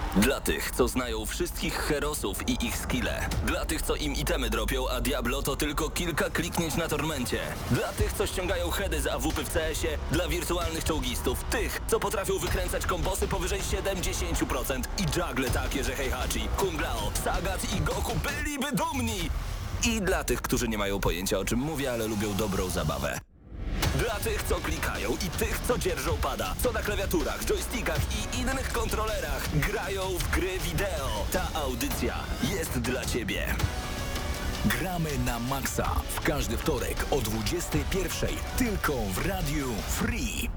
Dla tych, co znają wszystkich herosów i ich skille. Dla tych, co im itemy dropią, a Diablo to tylko kilka kliknięć na tormencie. Dla tych, co ściągają heady z AWP w CS-ie. Dla wirtualnych czołgistów. Tych, co potrafią wykręcać kombosy powyżej 70% i juggle takie, że Heihachi, Kung Lao, Sagat i Goku byliby dumni. I dla tych, którzy nie mają pojęcia, o czym mówię, ale lubią dobrą zabawę. Dla tych, co klikają i tych, co dzierżą pada, co na klawiaturach, joystickach i innych kontrolerach grają w gry wideo. Ta audycja jest dla ciebie. Gramy na maksa w każdy wtorek o 21:00 tylko w Radiu Free.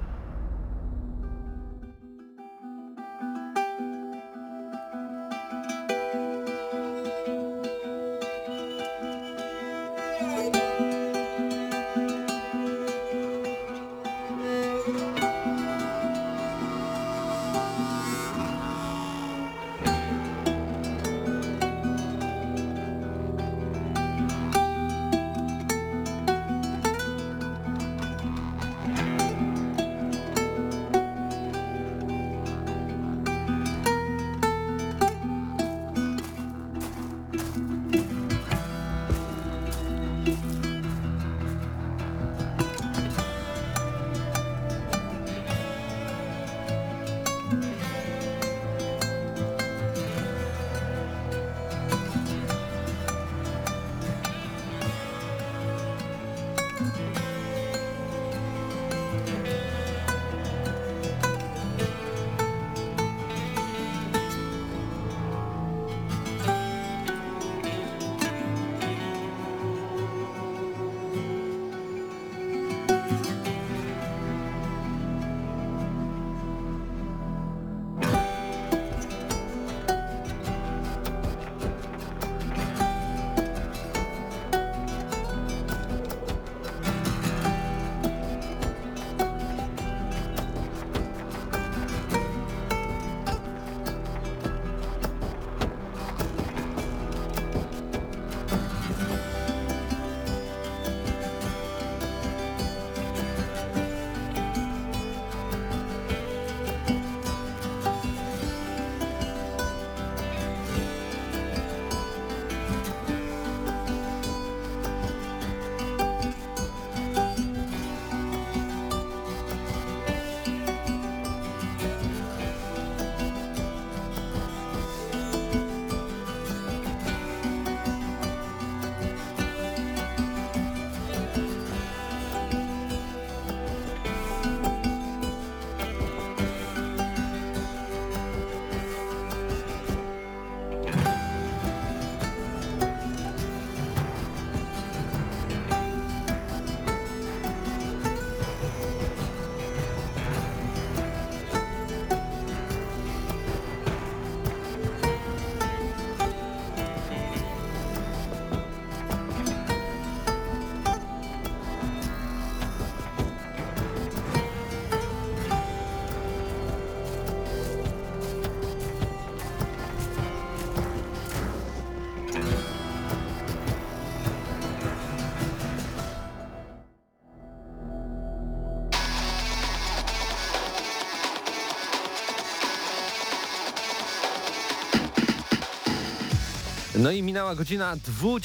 No i minęła godzina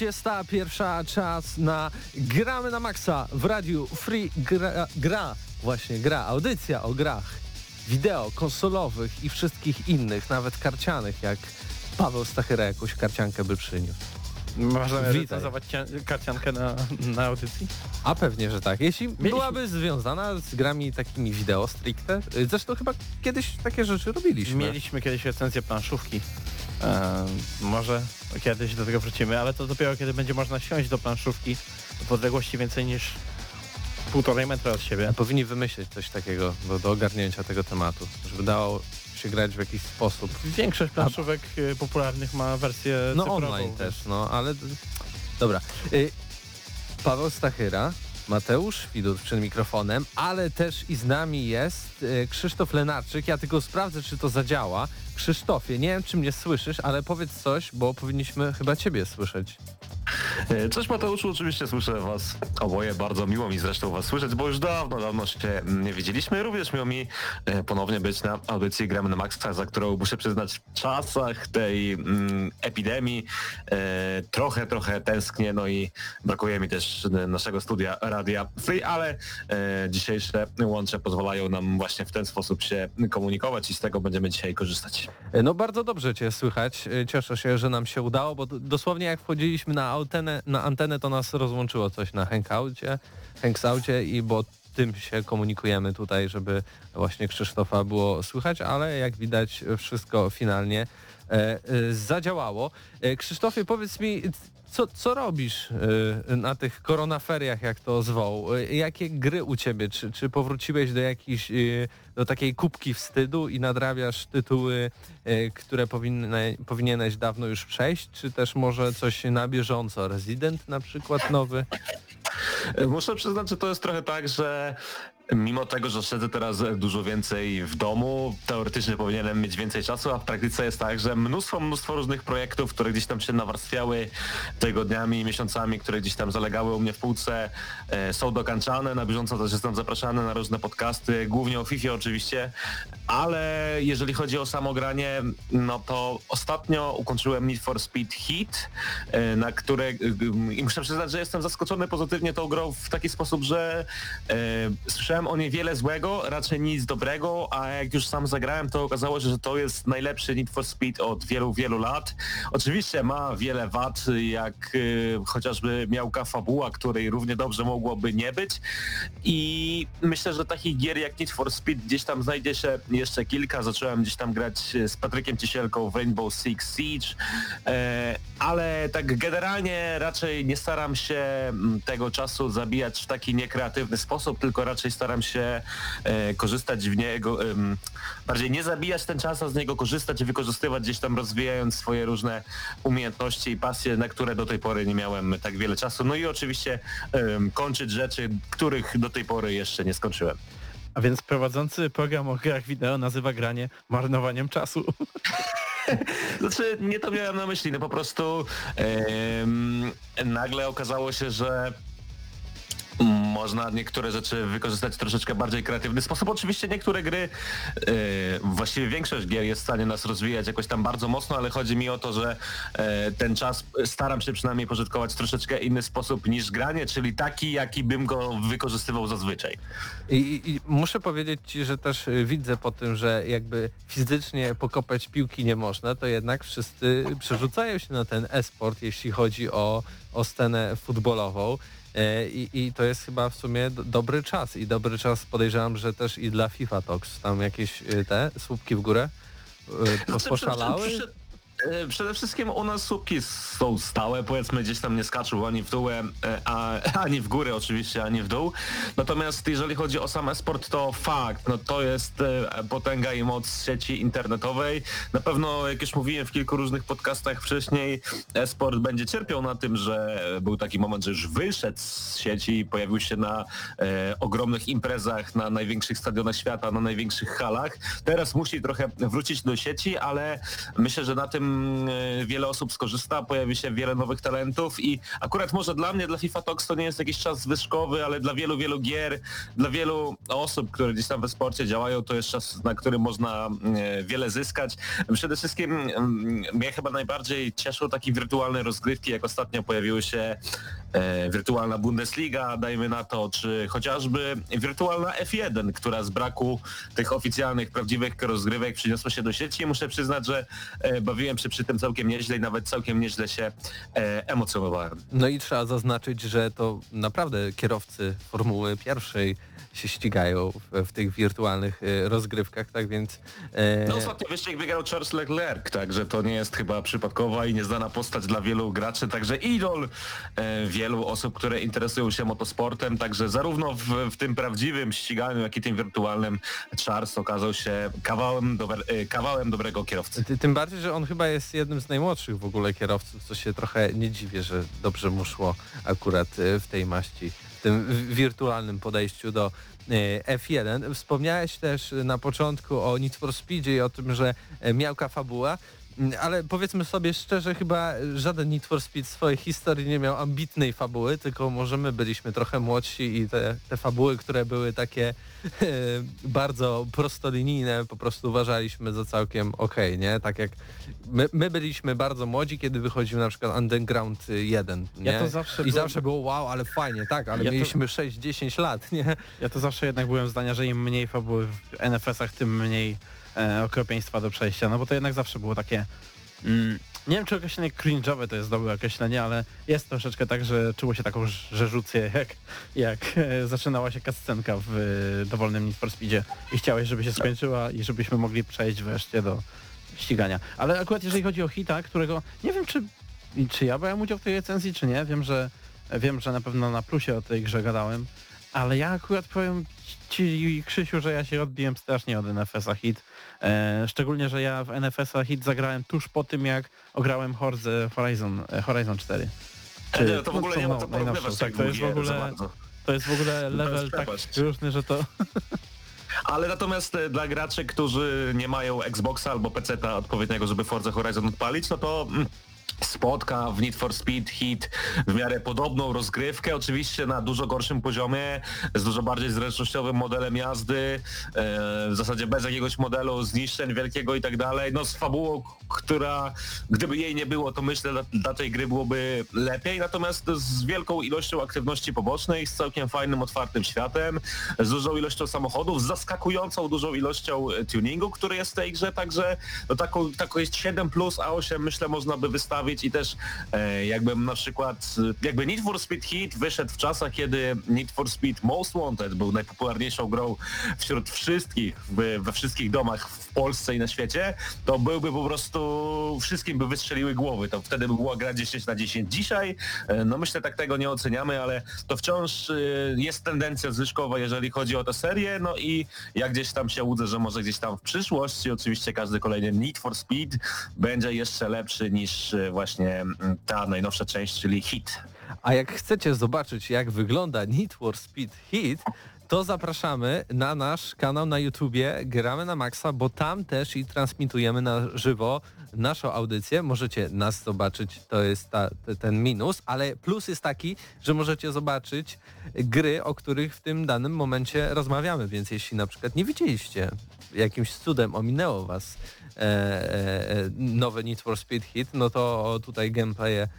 21, czas na Gramy na Maxa w Radiu Free. Gra, audycja o grach wideo, konsolowych i wszystkich innych, nawet karcianych, jak Paweł Stachyra jakąś karciankę by przyniósł. Możemy recenzować karciankę na audycji? A pewnie, że tak. Jeśli byłaby związana z grami takimi wideo stricte. Zresztą chyba kiedyś takie rzeczy robiliśmy. Mieliśmy kiedyś recenzję planszówki. Może kiedyś do tego wrócimy, ale to dopiero kiedy będzie można siąść do planszówki w odległości więcej niż 1,5 metra od siebie. Powinni wymyślić coś takiego do ogarnięcia tego tematu, żeby dało się grać w jakiś sposób. Większość planszówek popularnych ma wersję cyfrową. online też, ale... Dobra. Paweł Stachyra, Mateusz Widut przed mikrofonem, ale też i z nami jest Krzysztof Lenarczyk. Ja tylko sprawdzę, czy to zadziała. Krzysztofie, nie wiem, czy mnie słyszysz, ale powiedz coś, bo powinniśmy chyba ciebie słyszeć. Cześć Mateuszu, oczywiście słyszę was oboje, bardzo miło mi zresztą was słyszeć, bo już dawno się nie widzieliśmy. Również miło mi ponownie być na audycji Gramy na Maxa, za którą muszę przyznać w czasach tej epidemii trochę tęsknię, no i brakuje mi też naszego studia Radia Free, ale dzisiejsze łącze pozwalają nam właśnie w ten sposób się komunikować i z tego będziemy dzisiaj korzystać. No bardzo dobrze Cię słychać. Cieszę się, że nam się udało, bo dosłownie jak wchodziliśmy na antenę, to nas rozłączyło coś na Hangoutie i bo tym się komunikujemy tutaj, żeby właśnie Krzysztofa było słychać, ale jak widać wszystko finalnie zadziałało. Krzysztofie, powiedz mi, co robisz na tych koronaferiach, jak to zwoł? Jakie gry u Ciebie? Czy powróciłeś do takiej kubki wstydu i nadrabiasz tytuły, które powinieneś dawno już przejść? Czy też może coś na bieżąco? Resident na przykład nowy? Muszę przyznać, że to jest trochę tak, że mimo tego, że siedzę teraz dużo więcej w domu, teoretycznie powinienem mieć więcej czasu, a w praktyce jest tak, że mnóstwo różnych projektów, które gdzieś tam się nawarstwiały tygodniami, miesiącami, które gdzieś tam zalegały u mnie w półce, są dokańczane. Na bieżąco też jestem zapraszany na różne podcasty, głównie o FIFA oczywiście, ale jeżeli chodzi o samo granie, no to ostatnio ukończyłem Need for Speed Heat, na które i muszę przyznać, że jestem zaskoczony pozytywnie tą grą w taki sposób, że słyszałem o niej wiele złego, raczej nic dobrego, a jak już sam zagrałem, to okazało się, że to jest najlepszy Need for Speed od wielu lat. Oczywiście ma wiele wad, jak chociażby miałka fabuła, której równie dobrze mogłoby nie być i myślę, że takich gier jak Need for Speed gdzieś tam znajdzie się jeszcze kilka. Zacząłem gdzieś tam grać z Patrykiem Ciesielką w Rainbow Six Siege, ale tak generalnie raczej nie staram się tego czasu zabijać w taki niekreatywny sposób, tylko raczej staram się korzystać w niego, bardziej nie zabijać ten czas, a z niego korzystać i wykorzystywać gdzieś tam, rozwijając swoje różne umiejętności i pasje, na które do tej pory nie miałem tak wiele czasu. No i oczywiście kończyć rzeczy, których do tej pory jeszcze nie skończyłem. A więc prowadzący program o grach wideo nazywa granie marnowaniem czasu. Znaczy, nie to miałem na myśli, no po prostu nagle okazało się, że można niektóre rzeczy wykorzystać w troszeczkę bardziej kreatywny sposób. Oczywiście niektóre gry, właściwie większość gier jest w stanie nas rozwijać jakoś tam bardzo mocno, ale chodzi mi o to, że ten czas staram się przynajmniej pożytkować w troszeczkę inny sposób niż granie, czyli taki, jaki bym go wykorzystywał zazwyczaj. I muszę powiedzieć Ci, że też widzę po tym, że jakby fizycznie pokopać piłki nie można, to jednak wszyscy przerzucają się na ten e-sport, jeśli chodzi o scenę futbolową. I to jest chyba w sumie dobry czas i dobry czas podejrzewam, że też i dla FIFA Talks. Tam jakieś te słupki w górę poszalały? Przede wszystkim u nas słupki są stałe, powiedzmy gdzieś tam nie skaczą ani w dół, ani w górę oczywiście, ani w dół. Natomiast jeżeli chodzi o sam e-sport, to fakt, no to jest potęga i moc sieci internetowej. Na pewno, jak już mówiłem w kilku różnych podcastach wcześniej, e-sport będzie cierpiał na tym, że był taki moment, że już wyszedł z sieci i pojawił się na ogromnych imprezach, na największych stadionach świata, na największych halach. Teraz musi trochę wrócić do sieci, ale myślę, że na tym wiele osób skorzysta, pojawi się wiele nowych talentów i akurat może dla mnie, dla FIFA Talks to nie jest jakiś czas zwyżkowy, ale dla wielu gier, dla wielu osób, które gdzieś tam we sporcie działają, to jest czas, na którym można wiele zyskać. Przede wszystkim mnie chyba najbardziej cieszą takie wirtualne rozgrywki, jak ostatnio pojawiły się wirtualna Bundesliga, dajmy na to, czy chociażby wirtualna F1, która z braku tych oficjalnych, prawdziwych rozgrywek przyniosła się do sieci. Muszę przyznać, że bawiłem się przy tym całkiem nieźle i nawet całkiem nieźle się emocjonowałem. No i trzeba zaznaczyć, że to naprawdę kierowcy Formuły pierwszej się ścigają w tych wirtualnych rozgrywkach, tak więc... No ostatnio wyścig wygrał Charles Leclerc, także to nie jest chyba przypadkowa i nieznana postać dla wielu graczy, także idol wielu osób, które interesują się motosportem, także zarówno w tym prawdziwym ściganiu, jak i tym wirtualnym Charles okazał się kawałem dobrego kierowcy. Tym bardziej, że on chyba jest jednym z najmłodszych w ogóle kierowców, co się trochę nie dziwię, że dobrze mu szło akurat w tej maści, w tym wirtualnym podejściu do F1. Wspomniałeś też na początku o Need for Speedzie i o tym, że miałka fabuła. Ale powiedzmy sobie szczerze, chyba żaden Need for Speed w swojej historii nie miał ambitnej fabuły, tylko może my byliśmy trochę młodsi i te fabuły, które były takie bardzo prostolinijne, po prostu uważaliśmy za całkiem okej, nie? Tak jak my byliśmy bardzo młodzi, kiedy wychodził na przykład Underground 1, nie? Ja to zawsze było wow, ale fajnie, tak, ale Ja to- mieliśmy 6-10 lat, nie? Ja to zawsze jednak byłem zdania, że im mniej fabuły w NFS-ach, tym mniej okropieństwa do przejścia, no bo to jednak zawsze było takie... nie wiem, czy określenie cringe'owe to jest dobre określenie, ale jest troszeczkę tak, że czuło się taką żerzucję, jak zaczynała się cutscenka w dowolnym Need for Speedzie i chciałeś, żeby się skończyła i żebyśmy mogli przejść wreszcie do ścigania. Ale akurat jeżeli chodzi o Hita, którego nie wiem, czy ja brałem udział w tej recenzji, czy nie, wiem, że na pewno na plusie o tej grze gadałem, ale ja akurat powiem Ci, Krzysiu, że ja się odbiłem strasznie od NFS-a Hit. Szczególnie, że ja w NFS-a Hit zagrałem tuż po tym, jak ograłem Horizon 4. Nie, to w ogóle nie ma co porównywać. Tak, to jest w ogóle level tak przepaść. różny, że to... Ale natomiast dla graczy, którzy nie mają Xboxa albo PC-ta odpowiedniego, żeby Forza Horizon odpalić, no to spotka w Need for Speed Heat w miarę podobną rozgrywkę, oczywiście na dużo gorszym poziomie, z dużo bardziej zręcznościowym modelem jazdy, w zasadzie bez jakiegoś modelu zniszczeń wielkiego i tak dalej, no z fabułą, która gdyby jej nie było, to myślę dla tej gry byłoby lepiej, natomiast z wielką ilością aktywności pobocznej, z całkiem fajnym, otwartym światem, z dużą ilością samochodów, z zaskakującą dużą ilością tuningu, który jest w tej grze, także no taką jest 7 plus, a 8 myślę można by wystawić i też jakbym na przykład, jakby Need for Speed Heat wyszedł w czasach, kiedy Need for Speed Most Wanted był najpopularniejszą grą wśród wszystkich, we wszystkich domach w Polsce i na świecie, to byłby po prostu, wszystkim by wystrzeliły głowy, to wtedy by była gra 10/10. Dzisiaj, no myślę, tak tego nie oceniamy, ale to wciąż jest tendencja zwyżkowa, jeżeli chodzi o tę serię, no i ja gdzieś tam się łudzę, że może gdzieś tam w przyszłości, oczywiście każdy kolejny Need for Speed będzie jeszcze lepszy niż właśnie ta najnowsza część, czyli Hit. A jak chcecie zobaczyć, jak wygląda Need for Speed Heat, to zapraszamy na nasz kanał na YouTubie Gramy na Maxa, bo tam też i transmitujemy na żywo naszą audycję. Możecie nas zobaczyć, to jest ten minus, ale plus jest taki, że możecie zobaczyć gry, o których w tym danym momencie rozmawiamy, więc jeśli na przykład nie widzieliście, jakimś cudem ominęło was nowe Need for Speed Hit, no to tutaj gameplaye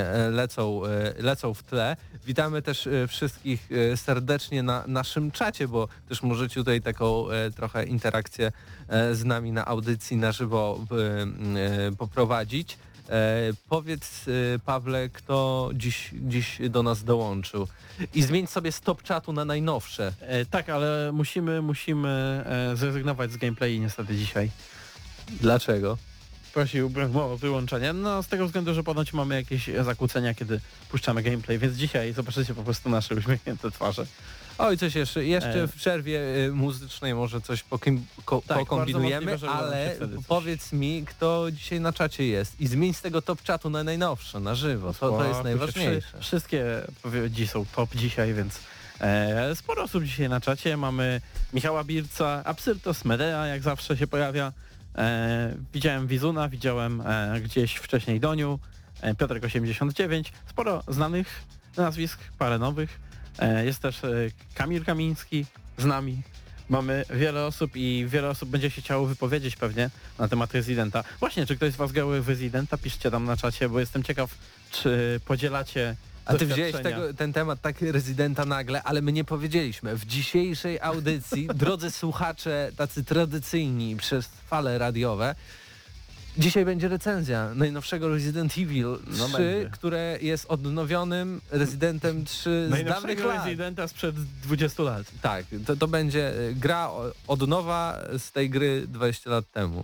lecą w tle. Witamy też wszystkich serdecznie na naszym czacie, bo też możecie tutaj taką trochę interakcję z nami na audycji na żywo poprowadzić. Powiedz, Pawle, kto dziś do nas dołączył i zmień sobie stop czatu na najnowsze. Tak, ale musimy zrezygnować z gameplayi niestety dzisiaj. Dlaczego? Prosiłbym o wyłączenie, no z tego względu, że ponoć mamy jakieś zakłócenia, kiedy puszczamy gameplay, więc dzisiaj zobaczycie po prostu nasze uśmiechnięte twarze. Oj, coś jeszcze w przerwie muzycznej może coś pokombinujemy, bardzo możliwe, że ale uda się wtedy coś. powiedz mi, kto dzisiaj na czacie jest i zmień z tego top czatu na najnowsze, na żywo, to jest najważniejsze. Wszystkie odpowiedzi są top dzisiaj, więc sporo osób dzisiaj na czacie. Mamy Michała Birca, Absyrtos Medea, jak zawsze się pojawia. Widziałem Wizuna, widziałem gdzieś wcześniej Doniu, Piotrek 89, sporo znanych nazwisk, parę nowych. Jest też Kamil Kamiński z nami. Mamy wiele osób i wiele osób będzie się chciało wypowiedzieć pewnie na temat Residenta. Właśnie, czy ktoś z was grał w Residenta? Piszcie tam na czacie, bo jestem ciekaw, czy podzielacie A ty wziąłeś doświadczenia. ten temat tak Rezydenta nagle, ale my nie powiedzieliśmy. W dzisiejszej audycji, drodzy słuchacze, tacy tradycyjni przez fale radiowe, dzisiaj będzie recenzja najnowszego Resident Evil 3, będzie. które jest odnowionym Rezydentem 3 z dawnych Najnowszego lat. Residenta sprzed 20 lat. Tak, to będzie gra od nowa z tej gry 20 lat temu.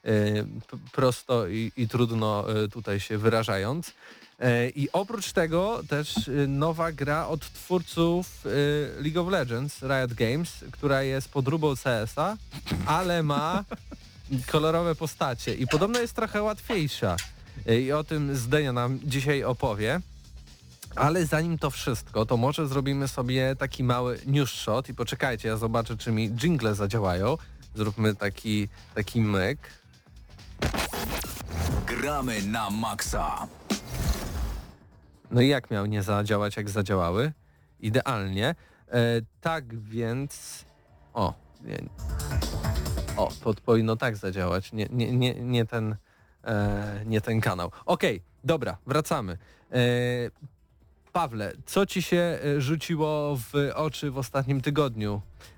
Prosto i trudno tutaj się wyrażając. I oprócz tego też nowa gra od twórców League of Legends, Riot Games, która jest podróbą CS-a, ale ma kolorowe postacie i podobno jest trochę łatwiejsza. I o tym Zdenia nam dzisiaj opowie. Ale zanim to wszystko, to może zrobimy sobie taki mały news shot i poczekajcie, ja zobaczę, czy mi dżingle zadziałają. Zróbmy taki myk. Gramy na maksa. No i jak miał nie zadziałać, jak zadziałały? Idealnie. Tak więc... To powinno tak zadziałać, nie ten kanał. Okej, dobra, wracamy. Pawle, co ci się rzuciło w oczy w ostatnim tygodniu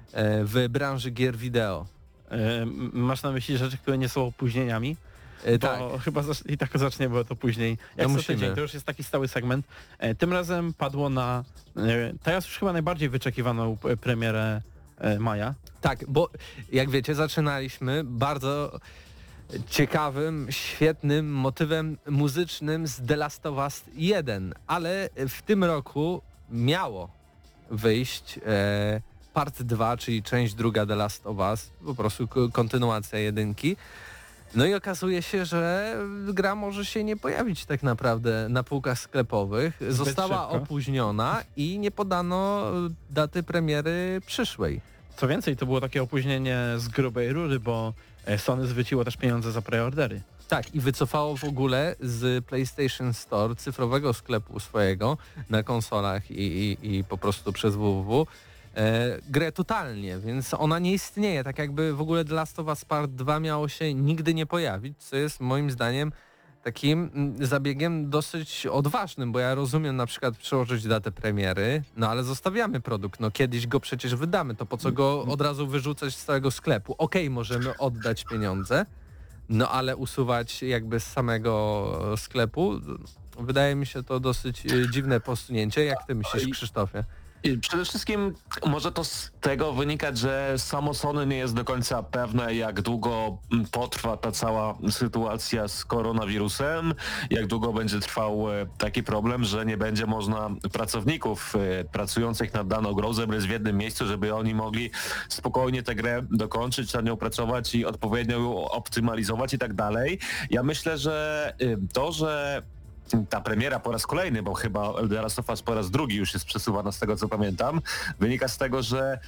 w branży gier wideo? Masz na myśli rzeczy, które nie są opóźnieniami? Tak. Chyba i tak zacznie, bo to później. Jak No co tydzień, to już jest taki stały segment. Tym razem padło na teraz już chyba najbardziej wyczekiwaną premierę maja. Tak, bo jak wiecie, zaczynaliśmy bardzo ciekawym, świetnym motywem muzycznym z The Last of Us 1, ale w tym roku miało wyjść part 2, czyli część druga The Last of Us, po prostu kontynuacja jedynki. No i okazuje się, że gra może się nie pojawić tak naprawdę na półkach sklepowych. Została szybko. opóźniona i nie podano daty premiery przyszłej. Co więcej, to było takie opóźnienie z grubej rury, bo Sony zwróciło też pieniądze za preordery. Tak, i wycofało w ogóle z PlayStation Store, cyfrowego sklepu swojego na konsolach i po prostu przez www grę totalnie, więc ona nie istnieje, tak jakby w ogóle The Last of Us Part 2 miało się nigdy nie pojawić, co jest moim zdaniem takim zabiegiem dosyć odważnym, bo ja rozumiem na przykład przełożyć datę premiery, no ale zostawiamy produkt, no kiedyś go przecież wydamy, to po co go od razu wyrzucać z całego sklepu? Okej, możemy oddać pieniądze, no ale usuwać jakby z samego sklepu, wydaje mi się to dosyć dziwne posunięcie. Jak ty myślisz, Krzysztofie? I przede wszystkim może to z tego wynikać, że samo Sony nie jest do końca pewne, jak długo potrwa ta cała sytuacja z koronawirusem, jak długo będzie trwał taki problem, że nie będzie można pracowników pracujących nad daną grą zebrać w jednym miejscu, żeby oni mogli spokojnie tę grę dokończyć, nad nią pracować i odpowiednio ją optymalizować i tak dalej. Ja myślę, że to, że ta premiera po raz kolejny, bo chyba The Last of Us po raz drugi już jest przesuwana z tego co pamiętam, wynika z tego, że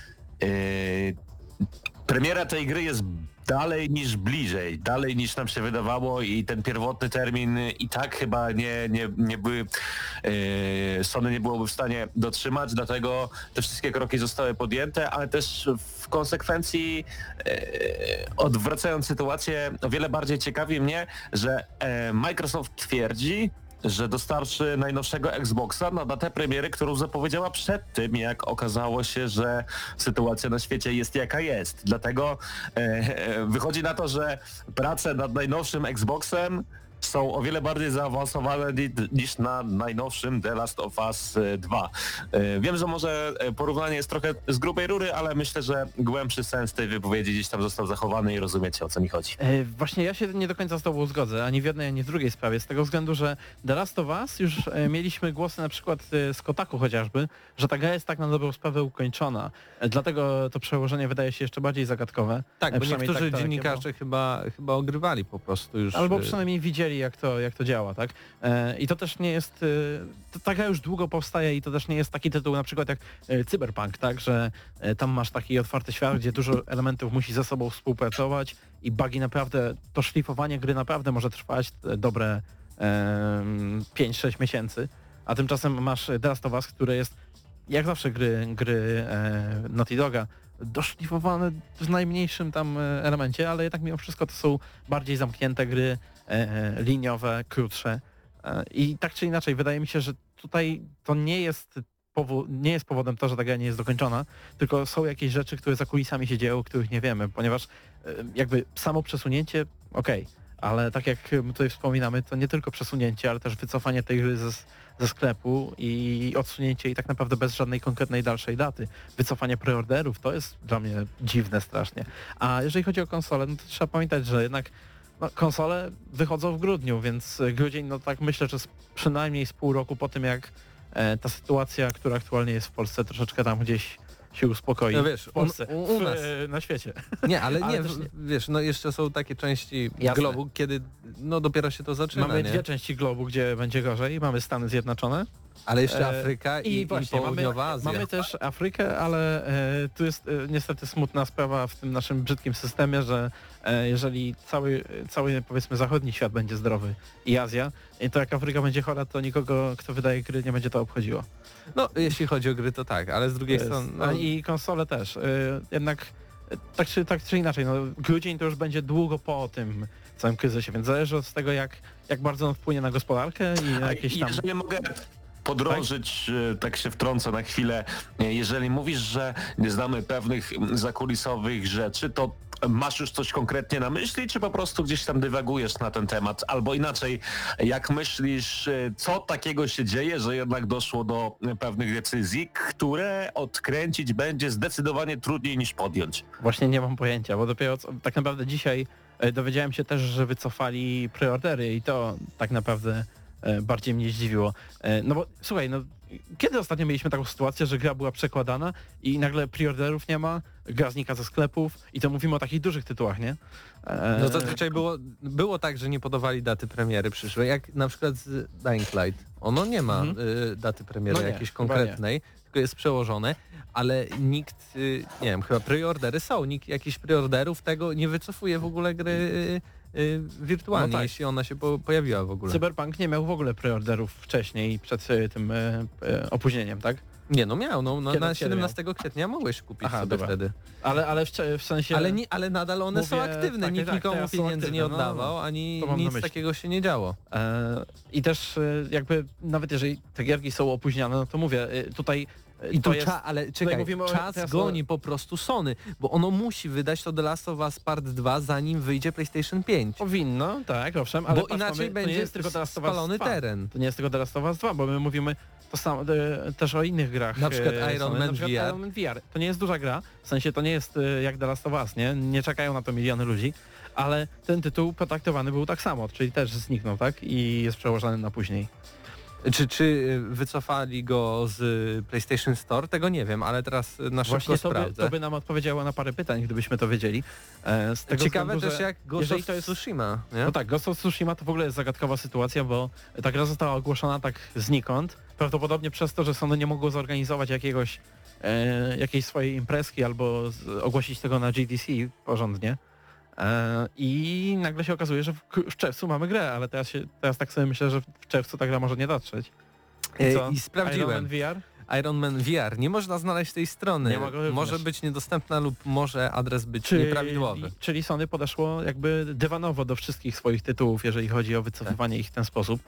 premiera tej gry jest dalej niż bliżej, dalej niż nam się wydawało i ten pierwotny termin i tak chyba Sony nie byłoby w stanie dotrzymać, dlatego te wszystkie kroki zostały podjęte, ale też w konsekwencji odwracając sytuację, o wiele bardziej ciekawi mnie, że Microsoft twierdzi, że dostarczy najnowszego Xboxa na datę premiery, którą zapowiedziała przed tym, jak okazało się, że sytuacja na świecie jest jaka jest. Dlatego wychodzi na to, że prace nad najnowszym Xboxem są o wiele bardziej zaawansowane niż na najnowszym The Last of Us 2. Wiem, że może porównanie jest trochę z grubej rury, ale myślę, że głębszy sens tej wypowiedzi gdzieś tam został zachowany i rozumiecie, o co mi chodzi. Właśnie ja się nie do końca z tobą zgodzę, ani w jednej, ani w drugiej sprawie, z tego względu, że The Last of Us już mieliśmy głosy na przykład z Kotaku chociażby, że ta gra jest tak na dobrą sprawę ukończona. Dlatego to przełożenie wydaje się jeszcze bardziej zagadkowe. Tak, bo Przynajmniej niektórzy tak dziennikarze chyba ogrywali po prostu już. Albo przynajmniej widzieli, jak to działa, tak? I to też nie jest... Ta gra już długo powstaje i to też nie jest taki tytuł na przykład jak Cyberpunk, tak? Że tam masz taki otwarty świat, gdzie dużo elementów musi ze sobą współpracować i bugi naprawdę, to szlifowanie gry naprawdę może trwać dobre 5-6 miesięcy, a tymczasem masz The Last of Us, które jest jak zawsze gry Naughty Doga, doszlifowane w najmniejszym tam elemencie, ale jednak mimo wszystko to są bardziej zamknięte gry, liniowe, krótsze. I tak czy inaczej, wydaje mi się, że tutaj to nie jest powodem to, że ta gra nie jest dokończona, tylko są jakieś rzeczy, które za kulisami się dzieją, których nie wiemy, ponieważ jakby samo przesunięcie, ale tak jak my tutaj wspominamy, to nie tylko przesunięcie, ale też wycofanie tej gry ze sklepu i odsunięcie i tak naprawdę bez żadnej konkretnej dalszej daty. Wycofanie preorderów to jest dla mnie dziwne strasznie. A jeżeli chodzi o konsolę, no to trzeba pamiętać, że jednak konsole wychodzą w grudniu, więc grudzień, no tak myślę, że przynajmniej z pół roku po tym, jak ta sytuacja, która aktualnie jest w Polsce, troszeczkę tam gdzieś się uspokoi. No wiesz, w Polsce, u nas. na świecie. Nie, ale Ale nie, też nie. wiesz, no jeszcze są takie części Jasne. globu, kiedy no dopiero się to zaczyna, Mamy nie? dwie części globu, gdzie będzie gorzej. Mamy Stany Zjednoczone Ale jeszcze Afryka i właśnie, Południowa Azja. mamy też Afrykę, ale tu jest niestety smutna sprawa w tym naszym brzydkim systemie, że jeżeli cały powiedzmy zachodni świat będzie zdrowy i Azja, to jak Afryka będzie chora, to nikogo, kto wydaje gry, nie będzie to obchodziło. No, jeśli chodzi o gry, to tak, ale z drugiej strony... No i konsole też. Jednak tak czy inaczej, no, grudzień to już będzie długo po tym całym kryzysie, więc zależy od tego, jak bardzo on wpłynie na gospodarkę i na jakieś tam... Jeżeli mogę podrążyć, tak się wtrącę na chwilę, jeżeli mówisz, że nie znamy pewnych zakulisowych rzeczy, to masz już coś konkretnie na myśli, czy po prostu gdzieś tam dywagujesz na ten temat? Albo inaczej, jak myślisz, co takiego się dzieje, że jednak doszło do pewnych decyzji, które odkręcić będzie zdecydowanie trudniej niż podjąć? Właśnie nie mam pojęcia, bo dopiero tak naprawdę dzisiaj dowiedziałem się też, że wycofali preordery i to tak naprawdę bardziej mnie zdziwiło. No bo słuchaj, no kiedy ostatnio mieliśmy taką sytuację, że gra była przekładana i nagle preorderów nie ma, gra znika ze sklepów i to mówimy o takich dużych tytułach, nie? No zazwyczaj było tak, że nie podawali daty premiery przyszłej, jak na przykład z Dying Light. Ono nie ma daty premiery jakiejś konkretnej, tylko jest przełożone, ale nikt, nie wiem, chyba preordery są, nikt jakichś preorderów tego nie wycofuje w ogóle gry wirtualnie, No tak. jeśli ona się pojawiła w ogóle. Cyberpunk nie miał w ogóle preorderów wcześniej, przed tym opóźnieniem, tak? Nie, no miał, no Kiedy na 17 kwietnia mogłeś kupić sobie dobra. wtedy. Ale w sensie... Ale nadal one są Mówię, aktywne, tak, nikt tak, nikomu teraz są pieniędzy aktywne, nie oddawał, ani to mam na nic myśli. takiego się nie działo. I też jakby nawet jeżeli te gierki są opóźniane, no to mówię, tutaj I to tu jest... ale czekaj, mówimy czas teraz goni po prostu Sony, bo ono musi wydać to The Last of Us Part 2, zanim wyjdzie PlayStation 5. Powinno, tak, owszem, ale Bo inaczej to będzie nie jest tylko The Last of Us spalony 2. teren. To nie jest tylko The Last of Us 2, bo my mówimy to samo, też o innych grach. Na przykład Iron Sony, Man na przykład VR. Iron Man VR. To nie jest duża gra, w sensie to nie jest jak The Last of Us, nie? Nie czekają na to miliony ludzi, ale ten tytuł potraktowany był tak samo, czyli też zniknął, tak? I jest przełożony na później. Czy wycofali go z PlayStation Store? Tego nie wiem, ale teraz na szybko Właśnie sprawdzę. to by nam odpowiedziało na parę pytań, gdybyśmy to wiedzieli. Z tego Ciekawe względu, też że jak Ghost jeżeli of to jest... Tsushima, nie? No tak, Ghost of Tsushima to w ogóle jest zagadkowa sytuacja, bo ta gra została ogłoszona tak znikąd, prawdopodobnie przez to, że Sony nie mogło zorganizować jakiejś swojej imprezki albo ogłosić tego na GDC porządnie. I nagle się okazuje, że w czerwcu mamy grę, ale teraz tak sobie myślę, że w czerwcu ta gra może nie dotrzeć. Co? I sprawdziłem. Iron Man VR? Iron Man VR. Nie można znaleźć tej strony. Nie mogę może również. być niedostępna lub może adres być nieprawidłowy. Czyli Sony podeszło jakby dywanowo do wszystkich swoich tytułów, jeżeli chodzi o wycofywanie ich w ten sposób.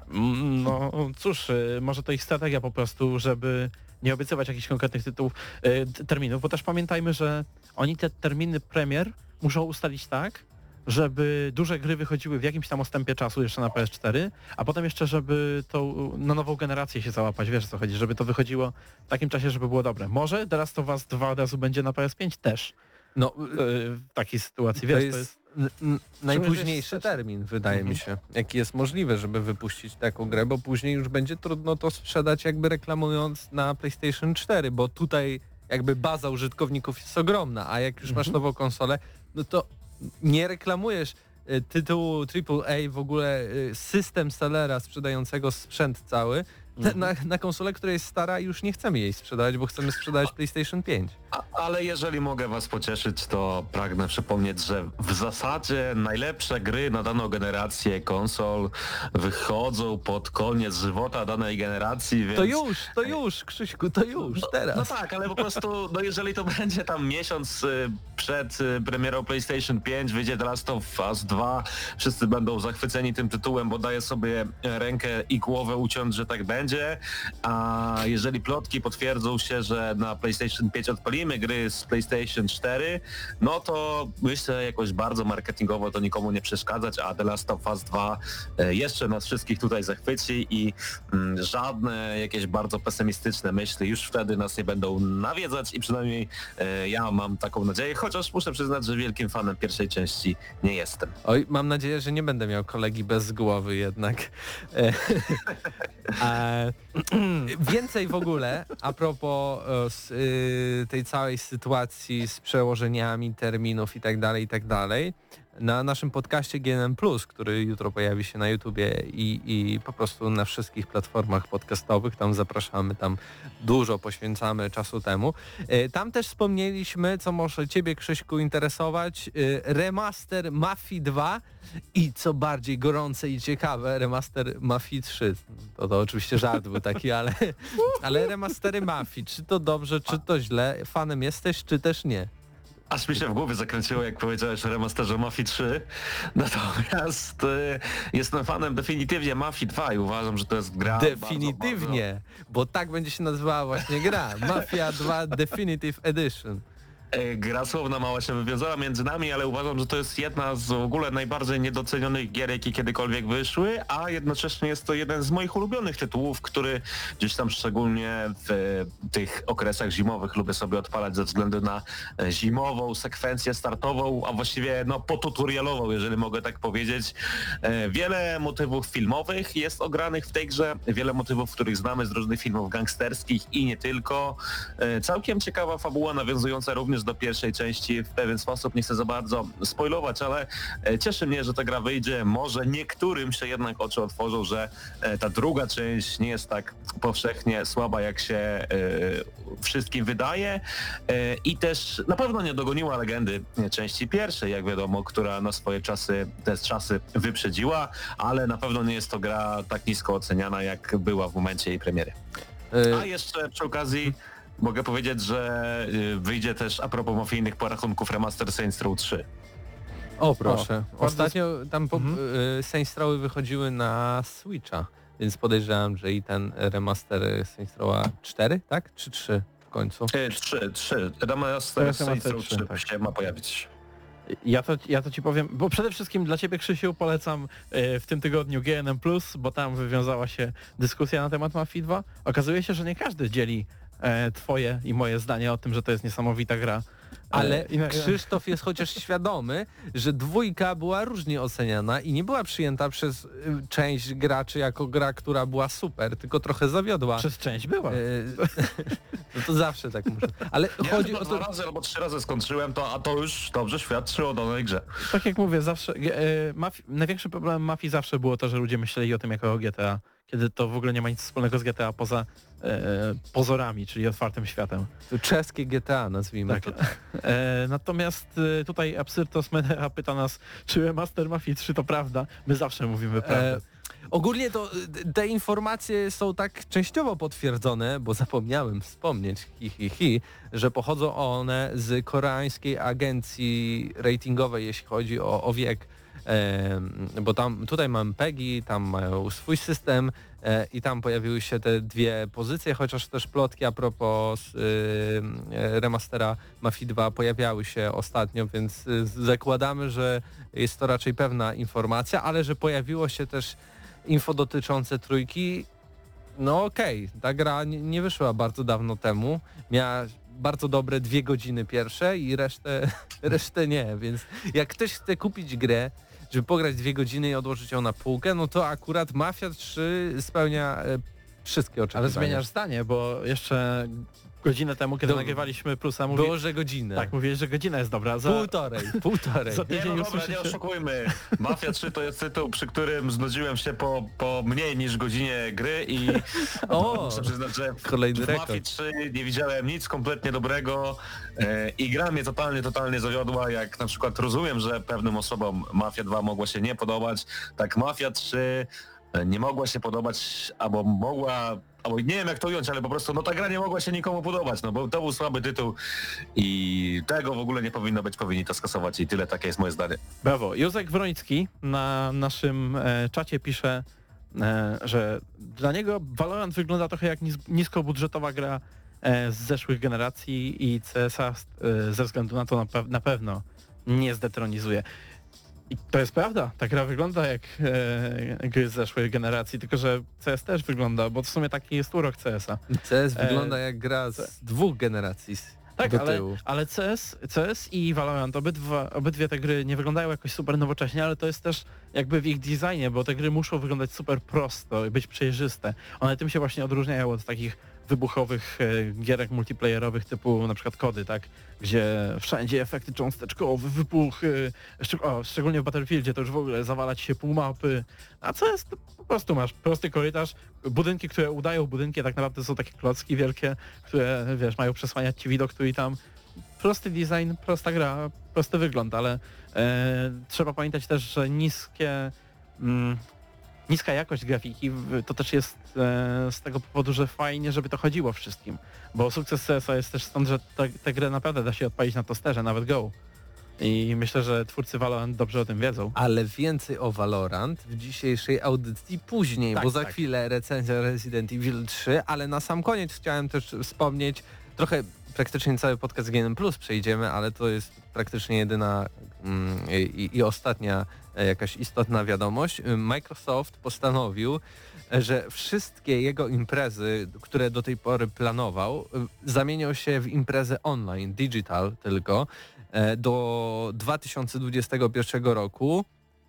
No cóż, może to ich strategia po prostu, żeby nie obiecywać jakichś konkretnych tytułów, terminów, bo też pamiętajmy, że oni te terminy premier muszą ustalić tak, żeby duże gry wychodziły w jakimś tam odstępie czasu jeszcze na PS4, a potem jeszcze, żeby to na nową generację się załapać, wiesz o co chodzi, żeby to wychodziło w takim czasie, żeby było dobre. Może teraz to was 2 od razu będzie na PS5 też. No, W takiej sytuacji, wiesz, to jest najpóźniejszy jest- termin, wydaje mi się, jaki jest możliwe, żeby wypuścić taką grę, bo później już będzie trudno to sprzedać jakby reklamując na PlayStation 4, bo tutaj jakby baza użytkowników jest ogromna, a jak już masz nową konsolę, no to nie reklamujesz tytułu AAA, w ogóle system sellera sprzedającego sprzęt cały, na konsolę, która jest stara i już nie chcemy jej sprzedawać, bo chcemy sprzedawać PlayStation 5. Ale jeżeli mogę was pocieszyć, to pragnę przypomnieć, że w zasadzie najlepsze gry na daną generację konsol wychodzą pod koniec żywota danej generacji, więc... To już, Krzyśku, to już, teraz. No tak, ale po prostu, no jeżeli to będzie tam miesiąc przed premierą PlayStation 5, wyjdzie The Last of Us 2, wszyscy będą zachwyceni tym tytułem, bo daję sobie rękę i głowę uciąć, że tak będzie, a jeżeli plotki potwierdzą się, że na PlayStation 5 odpalimy gry z PlayStation 4, no to myślę jakoś bardzo marketingowo to nikomu nie przeszkadzać, a The Last of Us 2 jeszcze nas wszystkich tutaj zachwyci i żadne jakieś bardzo pesymistyczne myśli już wtedy nas nie będą nawiedzać i przynajmniej ja mam taką nadzieję, chociaż muszę przyznać, że wielkim fanem pierwszej części nie jestem. Oj, mam nadzieję, że nie będę miał kolegi bez głowy jednak. Więcej w ogóle a propos tej całej sytuacji z przełożeniami terminów i tak dalej, na naszym podcaście GNM+, który jutro pojawi się na YouTubie i po prostu na wszystkich platformach podcastowych, tam zapraszamy, tam dużo poświęcamy czasu temu. Tam też wspomnieliśmy, co może Ciebie, Krzyśku, interesować, remaster Mafii 2 i co bardziej gorące i ciekawe, remaster Mafii 3. To oczywiście żart był taki, ale remastery Mafii, czy to dobrze, czy to źle, fanem jesteś, czy też nie? Aż mi się w głowie zakręciło, jak powiedziałeś o remasterze Mafii 3, natomiast jestem fanem definitywnie Mafii 2 i uważam, że to jest gra Definitywnie, bo tak będzie się nazywała właśnie gra. Mafia 2 Definitive Edition. Gra słowna mała się wywiązała między nami, ale uważam, że to jest jedna z w ogóle najbardziej niedocenionych gier, jakie kiedykolwiek wyszły, a jednocześnie jest to jeden z moich ulubionych tytułów, który gdzieś tam szczególnie w tych okresach zimowych lubię sobie odpalać ze względu na zimową sekwencję startową, a właściwie potutorialową, jeżeli mogę tak powiedzieć. Wiele motywów filmowych jest ogranych w tej grze, wiele motywów, których znamy z różnych filmów gangsterskich i nie tylko. Całkiem ciekawa fabuła nawiązująca również do pierwszej części w pewien sposób, nie chcę za bardzo spoilować, ale cieszy mnie, że ta gra wyjdzie. Może niektórym się jednak oczy otworzą, że ta druga część nie jest tak powszechnie słaba, jak się wszystkim wydaje i też na pewno nie dogoniła legendy części pierwszej, jak wiadomo, która na swoje te czasy wyprzedziła, ale na pewno nie jest to gra tak nisko oceniana, jak była w momencie jej premiery. A jeszcze przy okazji mogę powiedzieć, że wyjdzie też a propos mafijnych porachunków remaster Saints Row 3. O proszę. Ostatnio tam Saints Rowy wychodziły na Switcha, więc podejrzewam, że i ten remaster Saints Rowa 4, tak? Czy 3 w końcu? 3. Remaster Saints Row 3 się ma pojawić. Ja to ci powiem, bo przede wszystkim dla ciebie, Krzysiu, polecam w tym tygodniu GNM+, bo tam wywiązała się dyskusja na temat Mafii 2. Okazuje się, że nie każdy dzieli twoje i moje zdanie o tym, że to jest niesamowita gra. Ale Krzysztof jest chociaż świadomy, że 2 była różnie oceniana i nie była przyjęta przez część graczy jako gra, która była super, tylko trochę zawiodła. Przez część była. No to zawsze tak muszę. Ale ja chodzi o to... 2 razy albo 3 razy skończyłem to, a to już dobrze świadczy o danej grze. Tak jak mówię, zawsze największym problemem Mafii zawsze było to, że ludzie myśleli o tym jako o GTA, kiedy to w ogóle nie ma nic wspólnego z GTA poza pozorami, czyli otwartym światem. To czeskie GTA, nazwijmy to. Natomiast tutaj Absyrtos Medea pyta nas, czy remaster Mafii 3 to prawda? My zawsze mówimy prawdę. Ogólnie to te informacje są tak częściowo potwierdzone, bo zapomniałem wspomnieć, że pochodzą one z koreańskiej agencji ratingowej, jeśli chodzi o wiek. Bo tutaj mam PEGI, tam mają swój system i tam pojawiły się te 2 pozycje, chociaż też plotki a propos remastera Mafii 2 pojawiały się ostatnio, więc zakładamy, że jest to raczej pewna informacja, ale że pojawiło się też info dotyczące 3. No okej, ta gra nie wyszła bardzo dawno temu, miała bardzo dobre 2 godziny pierwsze i resztę nie, więc jak ktoś chce kupić grę, żeby pograć 2 godziny i odłożyć ją na półkę, no to akurat Mafia 3 spełnia wszystkie oczekiwania. Ale zmieniasz zdanie, bo jeszcze godzinę temu, kiedy nagrywaliśmy Plusa, było, że godzinę. Tak, mówiłeś, że godzina jest dobra. Półtorej. Za tydzień nie oszukujmy. Mafia 3 to jest tytuł, przy którym znudziłem się po mniej niż godzinie gry i muszę przyznać, że kolejny w Mafii 3 nie widziałem nic kompletnie dobrego i gra mnie totalnie zawiodła, jak na przykład rozumiem, że pewnym osobom Mafia 2 mogła się nie podobać, tak Mafia 3 nie mogła się podobać, albo nie wiem jak to ująć, ale po prostu ta gra nie mogła się nikomu podobać, bo to był słaby tytuł i tego w ogóle nie powinno być, powinni to skasować i tyle, takie jest moje zdanie. Brawo. Józek Wroński na naszym czacie pisze, że dla niego Valorant wygląda trochę jak niskobudżetowa gra z zeszłych generacji i CSA ze względu na to na pewno nie zdetronizuje. I to jest prawda, ta gra wygląda jak gry z zeszłej generacji, tylko że CS też wygląda, bo w sumie taki jest urok CS-a. CS wygląda jak gra z 2 generacji tak, do tyłu. Ale CS i Valorant, obydwie te gry nie wyglądają jakoś super nowocześnie, ale to jest też jakby w ich designie, bo te gry muszą wyglądać super prosto i być przejrzyste. One tym się właśnie odróżniają od takich wybuchowych gierek multiplayerowych typu na przykład kody, tak? Gdzie wszędzie efekty cząsteczkowe, wybuchy, szczególnie w Battlefieldzie to już w ogóle zawalać się pół mapy, a co jest, po prostu masz prosty korytarz, budynki, które udają budynki, tak naprawdę są takie klocki wielkie, które wiesz, mają przesłaniać ci widok tu i tam. Prosty design, prosta gra, prosty wygląd, ale trzeba pamiętać też, że niska jakość grafiki to też jest z tego powodu, że fajnie, żeby to chodziło wszystkim. Bo sukces CS-a jest też stąd, że tę grę naprawdę da się odpalić na tosterze, nawet Go. I myślę, że twórcy Valorant dobrze o tym wiedzą. Ale więcej o Valorant w dzisiejszej audycji później, Tak, bo za tak. chwilę recenzja Resident Evil 3, ale na sam koniec chciałem też wspomnieć, trochę praktycznie cały podcast GNM Plus przejdziemy, ale to jest praktycznie jedyna i ostatnia jakaś istotna wiadomość. Microsoft postanowił, że wszystkie jego imprezy, które do tej pory planował, zamienią się w imprezę online, digital tylko, do 2021 roku,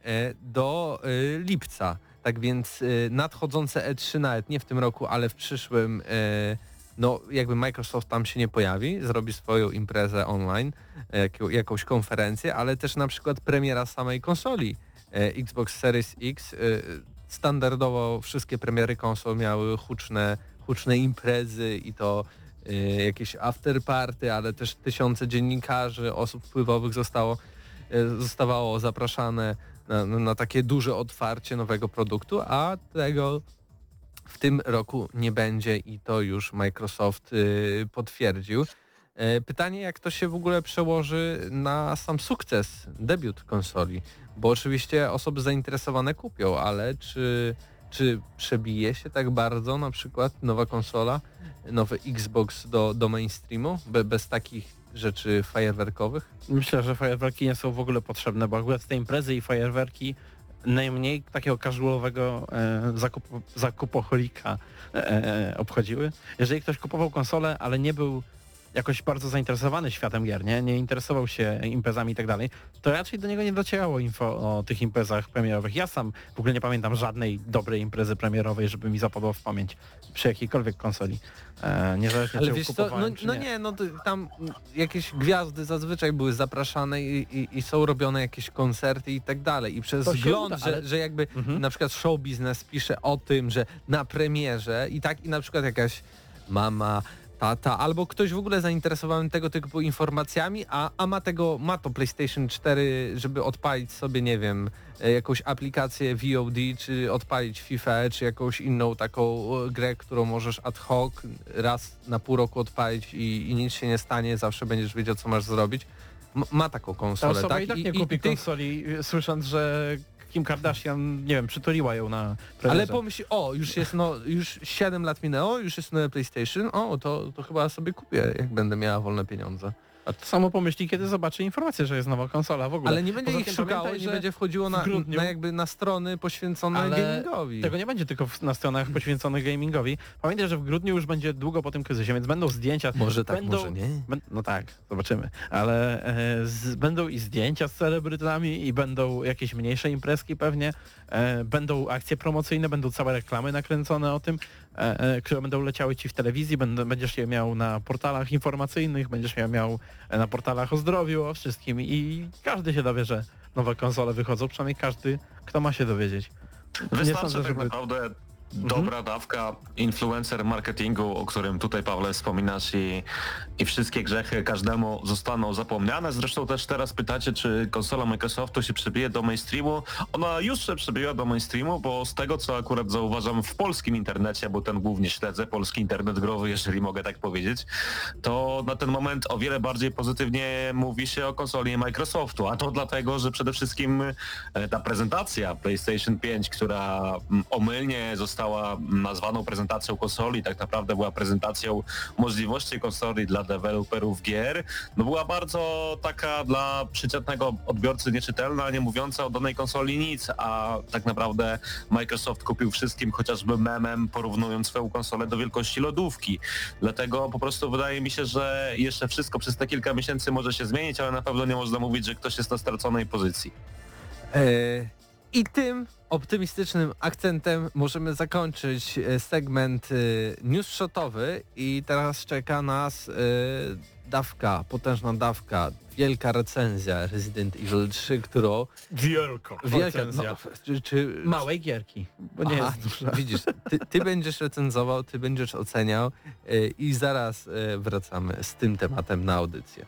do lipca. Tak więc nadchodzące E3 nawet nie w tym roku, ale w przyszłym, no jakby Microsoft tam się nie pojawi, zrobi swoją imprezę online, jakąś konferencję, ale też na przykład premiera samej konsoli Xbox Series X. Standardowo wszystkie premiery konsol miały huczne imprezy i to jakieś afterparty, ale też tysiące dziennikarzy, osób wpływowych zostawało zapraszane na takie duże otwarcie nowego produktu, a tego w tym roku nie będzie i to już Microsoft potwierdził. Pytanie, jak to się w ogóle przełoży na sam sukces, debiut konsoli, bo oczywiście osoby zainteresowane kupią, ale czy przebije się tak bardzo na przykład nowa konsola, nowy Xbox do mainstreamu, bez takich rzeczy fajerwerkowych? Myślę, że fajerwerki nie są w ogóle potrzebne, bo akurat te imprezy i fajerwerki najmniej takiego casualowego zakupoholika obchodziły. Jeżeli ktoś kupował konsolę, ale nie był jakoś bardzo zainteresowany światem gier, nie interesował się imprezami i tak dalej, to raczej do niego nie docierało info o tych imprezach premierowych. Ja sam w ogóle nie pamiętam żadnej dobrej imprezy premierowej, żeby mi zapadło w pamięć przy jakiejkolwiek konsoli. Niezależnie Ale czy wiesz ją co, kupowałem, czy nie. tam jakieś gwiazdy zazwyczaj były zapraszane i są robione jakieś koncerty i tak dalej. I przez To się wzgląd, uda, ale- że jakby na przykład show biznes pisze o tym, że na premierze i na przykład jakaś mama, tata, albo ktoś w ogóle zainteresowany tego typu informacjami, ma to PlayStation 4, żeby odpalić sobie, nie wiem, jakąś aplikację VOD, czy odpalić FIFA, czy jakąś inną taką grę, którą możesz ad hoc raz na pół roku odpalić i nic się nie stanie, zawsze będziesz wiedział, co masz zrobić. Ma taką Ta konsolę, osoba tak? i tak nie kupi konsoli, słysząc, że Kim Kardashian, nie wiem, przytuliła ją na premierze. Ale pomyśl, już 7 lat minęło, już jest nowe PlayStation, to chyba sobie kupię, jak będę miała wolne pieniądze. A to samo pomyśli, kiedy zobaczy informację, że jest nowa konsola w ogóle. Ale nie będzie Poza ich tym szukało, pamiętaj, nie że będzie wchodziło w grudniu- na strony poświęcone Ale gamingowi. tego nie będzie tylko na stronach poświęconych gamingowi. Pamiętaj, że w grudniu już będzie długo po tym kryzysie, więc będą zdjęcia. Może tak, będą, może nie. No tak, zobaczymy. Ale będą i zdjęcia z celebrytami i będą jakieś mniejsze imprezki pewnie. Będą akcje promocyjne, będą całe reklamy nakręcone o tym, które będą leciały ci w telewizji, będziesz je miał na portalach informacyjnych, będziesz je miał na portalach o zdrowiu, o wszystkim i każdy się dowie, że nowe konsole wychodzą, przynajmniej każdy, kto ma się dowiedzieć. Wystarczy tak naprawdę dobra dawka influencer marketingu, o którym tutaj, Pawle, wspominasz i wszystkie grzechy każdemu zostaną zapomniane. Zresztą też teraz pytacie, czy konsola Microsoftu się przebije do mainstreamu. Ona już się przebiła do mainstreamu, bo z tego, co akurat zauważam w polskim internecie, bo ten głównie śledzę, polski internet growy, jeżeli mogę tak powiedzieć, to na ten moment o wiele bardziej pozytywnie mówi się o konsoli Microsoftu, a to dlatego, że przede wszystkim ta prezentacja PlayStation 5, która omylnie została nazwaną prezentacją konsoli, tak naprawdę była prezentacją możliwości konsoli dla deweloperów gier, no była bardzo taka dla przeciętnego odbiorcy nieczytelna, nie mówiąca o danej konsoli nic, a tak naprawdę Microsoft kupił wszystkim chociażby memem, porównując swoją konsolę do wielkości lodówki. Dlatego po prostu wydaje mi się, że jeszcze wszystko przez te kilka miesięcy może się zmienić, ale na pewno nie można mówić, że ktoś jest na straconej pozycji. I tym optymistycznym akcentem możemy zakończyć segment news-shotowy i teraz czeka nas dawka, potężna dawka, wielka recenzja Resident Evil 3, którą... Wielka recenzja. Czy Małej gierki, bo nie Aha, jest duża. widzisz, ty będziesz recenzował, ty będziesz oceniał i zaraz wracamy z tym tematem na audycję.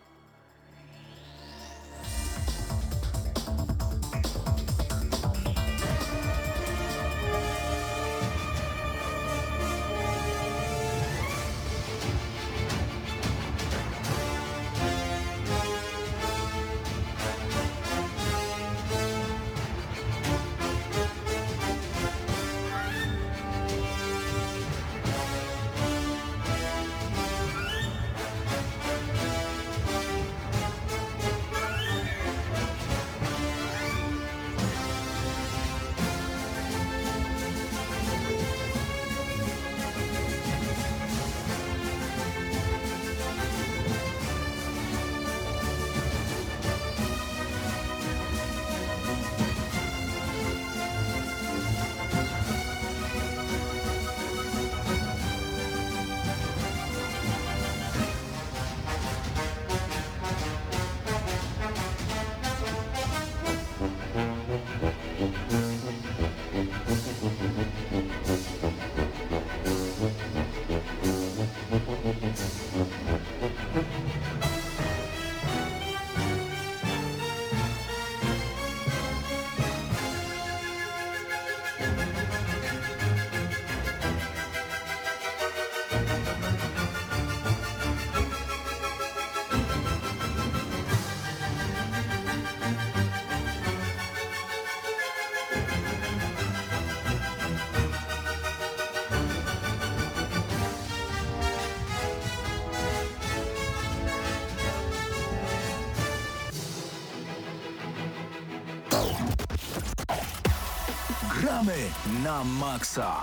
Gramy na maksa.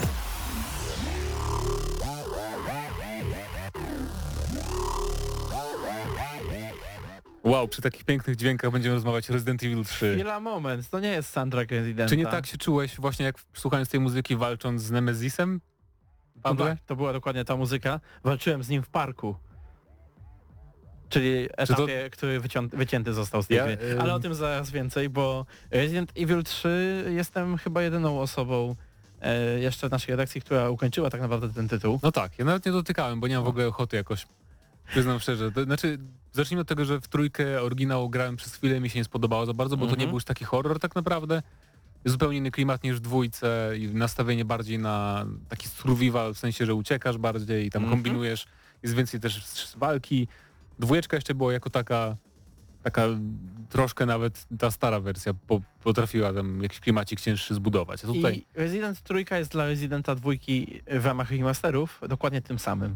Wow, przy takich pięknych dźwiękach będziemy rozmawiać o Resident Evil 3. Chwila, moment, to nie jest soundtrack Residenta. Czy nie tak się czułeś właśnie jak słuchając tej muzyki walcząc z Nemezisem? No Pawle? tak, to była dokładnie ta muzyka. Walczyłem z nim w parku. Czyli etapie, który wycięty został z tej gry. Ale o tym zaraz więcej, bo Resident Evil 3 jestem chyba jedyną osobą jeszcze w naszej redakcji, która ukończyła tak naprawdę ten tytuł. No tak, ja nawet nie dotykałem, bo nie mam w ogóle ochoty jakoś. Przyznam szczerze. Znaczy, zacznijmy od tego, że w trójkę oryginału grałem przez chwilę i mi się nie spodobało za bardzo, bo to nie był już taki horror tak naprawdę. Zupełnie inny klimat niż w dwójce i nastawienie bardziej na taki survival, w sensie, że uciekasz bardziej i tam kombinujesz. Jest więcej też walki. Dwójeczka jeszcze była jako taka troszkę nawet ta stara wersja potrafiła tam jakiś klimacik cięższy zbudować. A tutaj... I Resident Trójka jest dla Residenta dwójki w ramach remasterów dokładnie tym samym.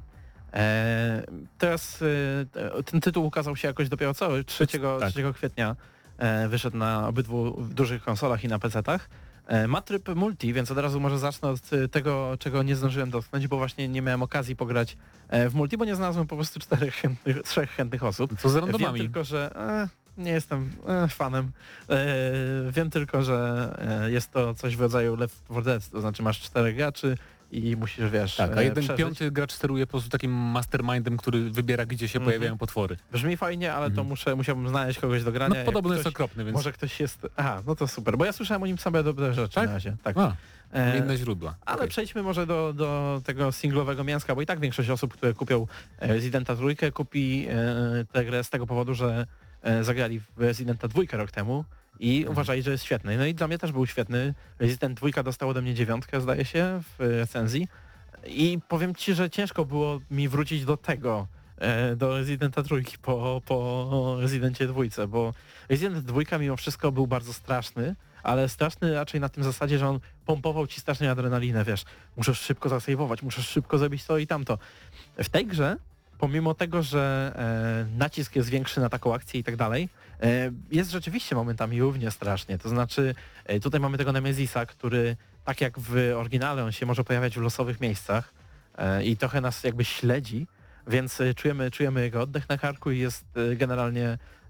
Teraz ten tytuł ukazał się jakoś dopiero 3 kwietnia. Wyszedł na obydwu dużych konsolach i na PC-tach. Ma tryb multi, więc od razu może zacznę od tego, czego nie zdążyłem dotknąć, bo właśnie nie miałem okazji pograć w multi, bo nie znalazłem po prostu 3 chętnych osób. Co z randomami? Wiem tylko, że nie jestem fanem. Wiem tylko, że jest to coś w rodzaju Left 4 Dead, to znaczy masz 4 graczy i musisz, wiesz, tak, a jeden przeżyć. piąty gracz steruje po prostu takim mastermindem, który wybiera, gdzie się pojawiają potwory. Brzmi fajnie, ale to musiałbym znaleźć kogoś do grania. No podobno jest ktoś, okropny, więc... Może ktoś jest... Aha, no to super, bo ja słyszałem o nim same dobre rzeczy Tak? na razie. Tak. Inne źródła. Ale Okay. przejdźmy może do tego singlowego mięska, bo i tak większość osób, które kupią Residenta trójkę, kupi tę grę z tego powodu, że zagrali w Residenta 2 rok temu i uważali, że jest świetny. No i dla mnie też był świetny. Resident 2 dostał ode mnie 9, zdaje się, w recenzji. I powiem Ci, że ciężko było mi wrócić do tego, do Residenta trójki po Residencie 2, bo Resident 2 mimo wszystko był bardzo straszny, ale straszny raczej na tym zasadzie, że on pompował Ci strasznie adrenalinę, wiesz, muszę szybko zasejwować, muszę szybko zrobić to i tamto. W tej grze, pomimo tego, że nacisk jest większy na taką akcję i tak dalej, jest rzeczywiście momentami równie strasznie, to znaczy tutaj mamy tego Nemezisa, który tak jak w oryginale on się może pojawiać w losowych miejscach i trochę nas jakby śledzi, więc czujemy jego oddech na karku i jest generalnie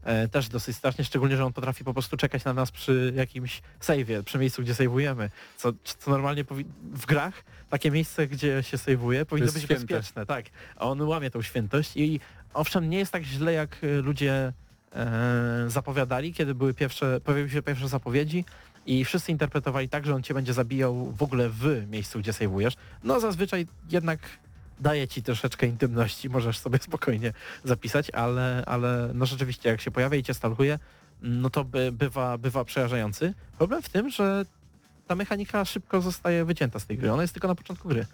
też dosyć strasznie, szczególnie, że on potrafi po prostu czekać na nas przy jakimś save'ie, przy miejscu, gdzie save'ujemy, co normalnie w grach takie miejsce, gdzie się save'uje, powinno być święte. bezpieczne, tak, a on łamie tą świętość i owszem, nie jest tak źle, jak ludzie zapowiadali, kiedy pojawiły się pierwsze zapowiedzi i wszyscy interpretowali tak, że on cię będzie zabijał w ogóle w miejscu, gdzie save'ujesz. No zazwyczaj jednak daje ci troszeczkę intymności, możesz sobie spokojnie zapisać, ale no rzeczywiście jak się pojawia i cię stalkuje, no to bywa przerażający. Problem w tym, że ta mechanika szybko zostaje wycięta z tej gry. Ona jest tylko na początku gry.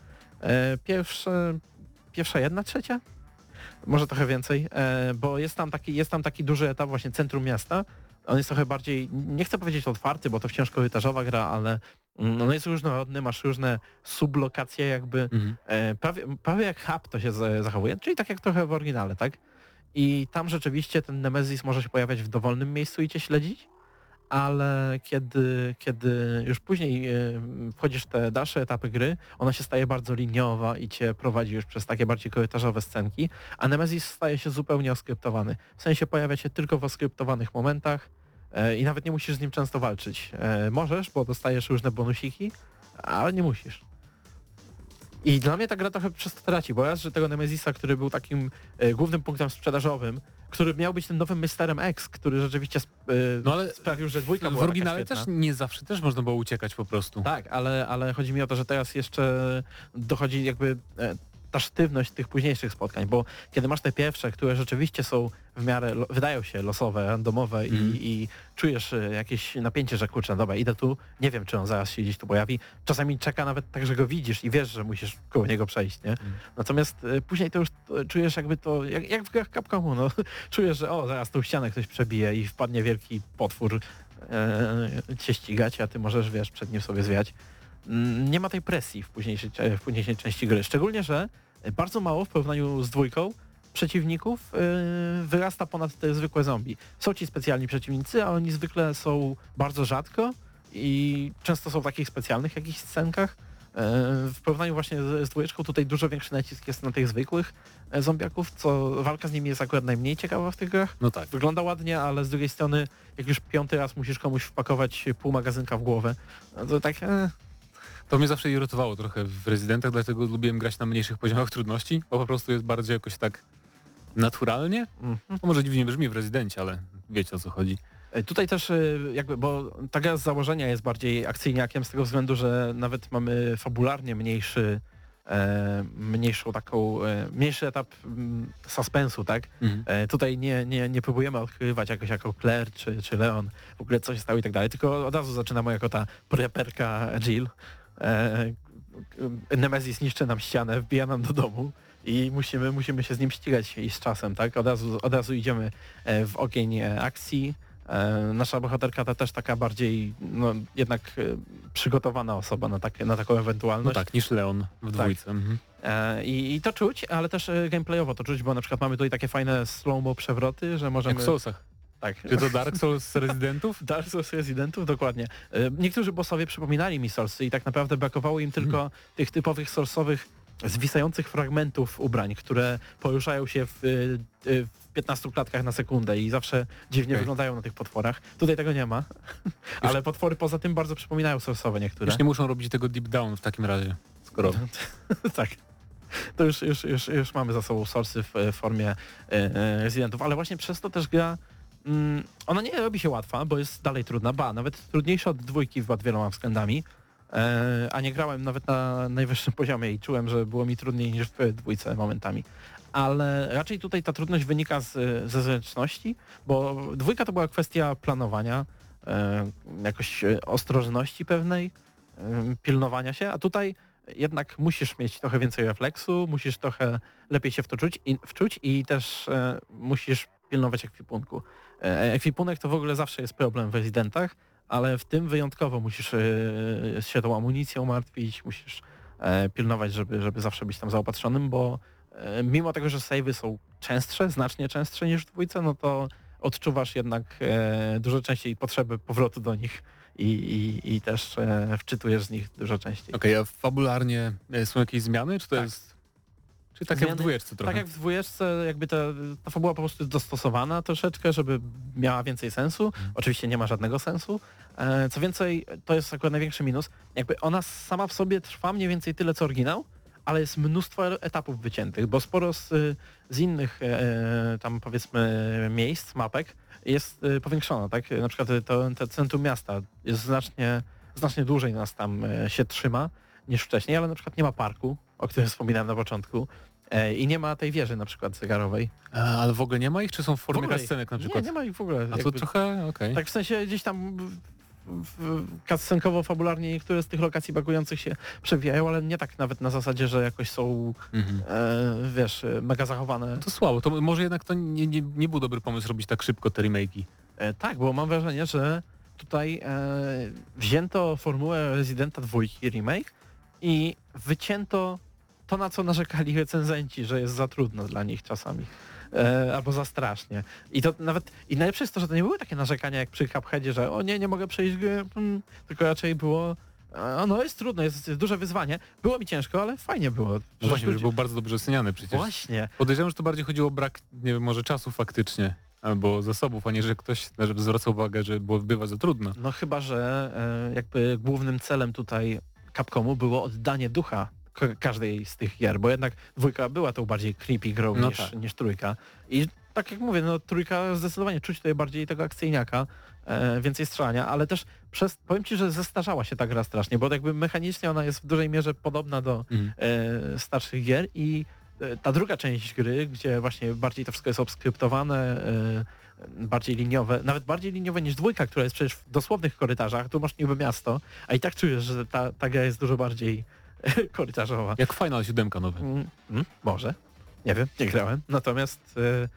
Pierwsza 1/3? Może trochę więcej, bo jest tam taki duży etap właśnie centrum miasta. On jest trochę bardziej, nie chcę powiedzieć otwarty, bo to wciąż korytarzowa gra, ale on jest różnorodny, masz różne sublokacje jakby, prawie jak hub to się zachowuje, czyli tak jak trochę w oryginale, tak? I tam rzeczywiście ten Nemesis może się pojawiać w dowolnym miejscu i cię śledzić, ale kiedy już później wchodzisz w te dalsze etapy gry, ona się staje bardzo liniowa i cię prowadzi już przez takie bardziej korytarzowe scenki, a Nemesis staje się zupełnie oskryptowany. W sensie pojawia się tylko w oskryptowanych momentach i nawet nie musisz z nim często walczyć. Możesz, bo dostajesz różne bonusiki, ale nie musisz. I dla mnie ta gra trochę przez to traci, bo raz, że tego Nemesisa, który był takim głównym punktem sprzedażowym, który miał być tym nowym Mysterem X, który rzeczywiście sprawił, że dwójka była w oryginale taka też świetna. nie zawsze też można było uciekać po prostu. Tak, ale chodzi mi o to, że teraz jeszcze dochodzi jakby ta sztywność tych późniejszych spotkań, bo kiedy masz te pierwsze, które rzeczywiście są w miarę, wydają się losowe, randomowe i czujesz jakieś napięcie, że kurczę, dobra, idę tu, nie wiem, czy on zaraz się gdzieś tu pojawi. Czasami czeka nawet tak, że go widzisz i wiesz, że musisz koło niego przejść, nie? Natomiast później to już czujesz jakby to, jak w grach Capcomu, no, czujesz, że zaraz tą ścianę ktoś przebije i wpadnie wielki potwór cię ścigać, a ty możesz, wiesz, przed nim sobie zwiać. Nie ma tej presji w późniejszej części gry. Szczególnie, że bardzo mało w porównaniu z dwójką przeciwników wyrasta ponad te zwykłe zombie. Są ci specjalni przeciwnicy, a oni zwykle są bardzo rzadko i często są w takich specjalnych jakichś scenkach. W porównaniu właśnie z dwójeczką tutaj dużo większy nacisk jest na tych zwykłych zombiaków, co walka z nimi jest akurat najmniej ciekawa w tych grach. No tak. Wygląda ładnie, ale z drugiej strony jak już 5. raz musisz komuś wpakować pół magazynka w głowę, no to tak... To mnie zawsze irytowało trochę w Residentach, dlatego lubiłem grać na mniejszych poziomach trudności, bo po prostu jest bardziej jakoś tak naturalnie. To może dziwnie brzmi w Rezydencie, ale wiecie, o co chodzi. Tutaj też jakby, bo ta gra z założenia jest bardziej akcyjniakiem z tego względu, że nawet mamy fabularnie mniejszy etap suspensu, tak? Tutaj nie próbujemy odkrywać jakoś jako Claire czy Leon, w ogóle co się stało i tak dalej, tylko od razu zaczynamy jako ta preperka Jill. Nemesis niszczy nam ścianę, wbija nam do domu i musimy się z nim ścigać i z czasem, tak? Od razu idziemy w ogień akcji. Nasza bohaterka to też taka bardziej jednak przygotowana osoba na taką ewentualność. No tak, niż Leon w dwójce. I to czuć, ale też gameplayowo to czuć, bo na przykład mamy tutaj takie fajne slow-mo przewroty, że możemy... Jak w Soulsach. Tak. Czy to Dark Souls z Residentów? Dark Souls Residentów, dokładnie. Niektórzy bossowie przypominali mi Soulsy i tak naprawdę brakowało im tylko tych typowych Soulsowych zwisających fragmentów ubrań, które poruszają się w 15 klatkach na sekundę i zawsze dziwnie wyglądają na tych potworach. Tutaj tego nie ma, ale potwory poza tym bardzo przypominają Soulsowe niektóre. Już nie muszą robić tego deep down w takim razie, skoro... Tak. To już mamy za sobą Soulsy w formie Residentów, ale właśnie przez to też gra ona nie robi się łatwa, bo jest dalej trudna, nawet trudniejsza od dwójki pod wieloma względami, a nie grałem nawet na najwyższym poziomie i czułem, że było mi trudniej niż w dwójce momentami. Ale raczej tutaj ta trudność wynika ze zręczności, bo dwójka to była kwestia planowania, jakoś ostrożności pewnej, pilnowania się, a tutaj jednak musisz mieć trochę więcej refleksu, musisz trochę lepiej się w to wczuć i też musisz pilnować ekwipunku. Ekwipunek to w ogóle zawsze jest problem w Residentach, ale w tym wyjątkowo musisz się tą amunicją martwić, musisz pilnować, żeby zawsze być tam zaopatrzonym, bo mimo tego, że save'y są częstsze, znacznie częstsze niż w dwójce, no to odczuwasz jednak dużo częściej potrzeby powrotu do nich i też wczytujesz z nich dużo częściej. Okej, a fabularnie są jakieś zmiany, czy to Tak. jest... Czyli tak jak w dwójeczce trochę. Tak jak w dwójeczce, jakby ta fabuła po prostu jest dostosowana troszeczkę, żeby miała więcej sensu. Oczywiście nie ma żadnego sensu. Co więcej, to jest akurat największy minus. Jakby ona sama w sobie trwa mniej więcej tyle co oryginał, ale jest mnóstwo etapów wyciętych, bo sporo z innych tam powiedzmy miejsc, mapek jest powiększona, tak? Na przykład to centrum miasta jest znacznie dłużej nas tam się trzyma niż wcześniej, ale na przykład nie ma parku, o którym wspominałem na początku, i nie ma tej wieży na przykład zegarowej. Ale w ogóle nie ma ich, czy są w formie W ogóle cutscenek na przykład? Nie ma ich w ogóle. A to trochę, okej. Tak w sensie gdzieś tam cutscenkowo, fabularnie niektóre z tych lokacji bagujących się przewijają, ale nie tak nawet na zasadzie, że jakoś są, wiesz, mega zachowane. To słabo, to może jednak to nie był dobry pomysł robić tak szybko te remake'i. Tak, bo mam wrażenie, że tutaj wzięto formułę Residenta 2 remake i wycięto to, na co narzekali recenzenci, że jest za trudno dla nich czasami. Albo za strasznie. I to nawet. I najlepsze jest to, że to nie były takie narzekania jak przy Cupheadzie, że o nie mogę przejść gry, tylko raczej było. No jest trudno, jest duże wyzwanie. Było mi ciężko, ale fajnie było. No właśnie, że był bardzo dobrze oceniany przecież. Właśnie. Podejrzewam, że to bardziej chodziło o brak, nie wiem, może czasu faktycznie, albo zasobów, a nie, że ktoś zwraca uwagę, że było wbywać za trudno. No chyba, że jakby głównym celem tutaj Capcomu było oddanie ducha każdej z tych gier, bo jednak dwójka była tą bardziej creepy grą No niż trójka. I tak jak mówię, no trójka zdecydowanie czuć tutaj bardziej tego akcyjniaka, więcej strzelania, ale też powiem ci, że zestarzała się ta gra strasznie, bo jakby mechanicznie ona jest w dużej mierze podobna do starszych gier i ta druga część gry, gdzie właśnie bardziej to wszystko jest obskryptowane, bardziej liniowe, nawet bardziej liniowe niż dwójka, która jest przecież w dosłownych korytarzach, tu masz niby miasto, a i tak czujesz, że ta gra jest dużo bardziej korytarzowa. Jak Final 7 nowy. Może. Nie wiem, nie grałem. Natomiast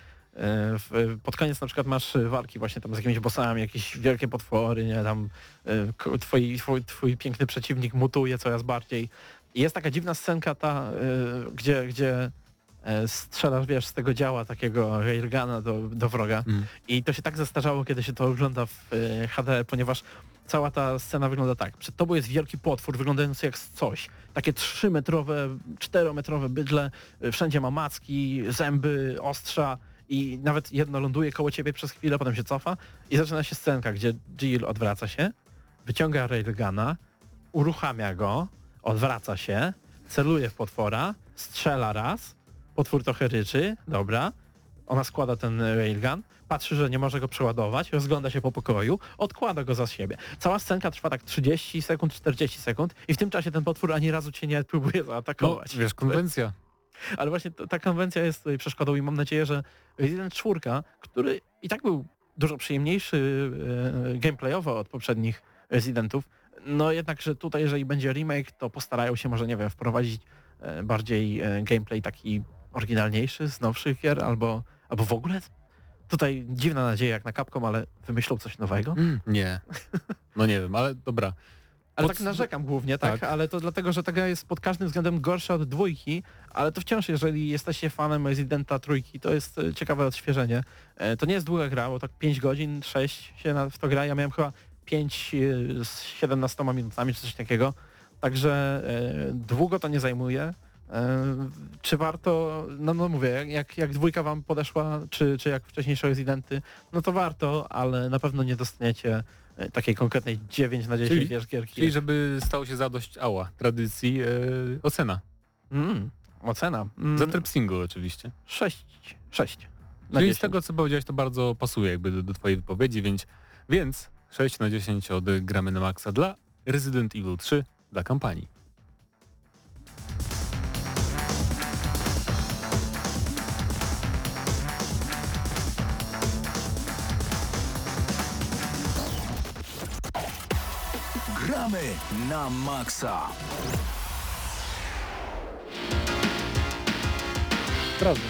pod koniec na przykład masz walki właśnie tam z jakimiś bossami, jakieś wielkie potwory, nie, tam twój piękny przeciwnik mutuje coraz bardziej. I jest taka dziwna scenka ta, gdzie strzelasz, wiesz, z tego działa takiego railguna do wroga. I to się tak zestarzało, kiedy się to ogląda w HD, ponieważ cała ta scena wygląda tak. Przed tobą jest wielki potwór wyglądający jak coś. Takie 3-metrowe, 4-metrowe bydle, wszędzie ma macki, zęby, ostrza i nawet jedno ląduje koło ciebie przez chwilę, potem się cofa i zaczyna się scenka, gdzie Jill odwraca się, wyciąga railguna, uruchamia go, odwraca się, celuje w potwora, strzela raz, potwór trochę ryczy, dobra, ona składa ten railgun, patrzy, że nie może go przeładować, rozgląda się po pokoju, odkłada go za siebie. Cała scenka trwa tak 30 sekund, 40 sekund i w tym czasie ten potwór ani razu cię nie próbuje zaatakować. No, wiesz, konwencja. Ale właśnie ta konwencja jest tutaj przeszkodą i mam nadzieję, że Resident 4, który i tak był dużo przyjemniejszy gameplayowo od poprzednich Residentów, no jednak, że tutaj jeżeli będzie remake, to postarają się może, nie wiem, wprowadzić bardziej gameplay taki oryginalniejszy z nowszych gier, albo w ogóle tutaj dziwna nadzieja jak na Capcom, ale wymyślą coś nowego. Nie. No nie wiem, ale dobra. Ale tak narzekam głównie, tak, ale to dlatego, że ta gra jest pod każdym względem gorsza od dwójki, ale to wciąż, jeżeli jesteście fanem Residenta trójki, to jest ciekawe odświeżenie. To nie jest długa gra, bo tak 5 godzin, 6 się w to gra. Ja miałem chyba 5 z 17 minutami czy coś takiego, także długo to nie zajmuje. Czy warto, no mówię, jak dwójka wam podeszła, czy jak wcześniejsze Residenty, no to warto, ale na pewno nie dostaniecie takiej konkretnej 9 na 10 gierki. Czyli żeby stało się zadość tradycji, ocena. Ocena. Za tryb single oczywiście. 6. Czyli z tego, co powiedziałeś, to bardzo pasuje jakby do twojej wypowiedzi, więc 6 na 10 od Gramy na Maxa dla Resident Evil 3 dla kampanii. Gramy na Maxa. Od razu.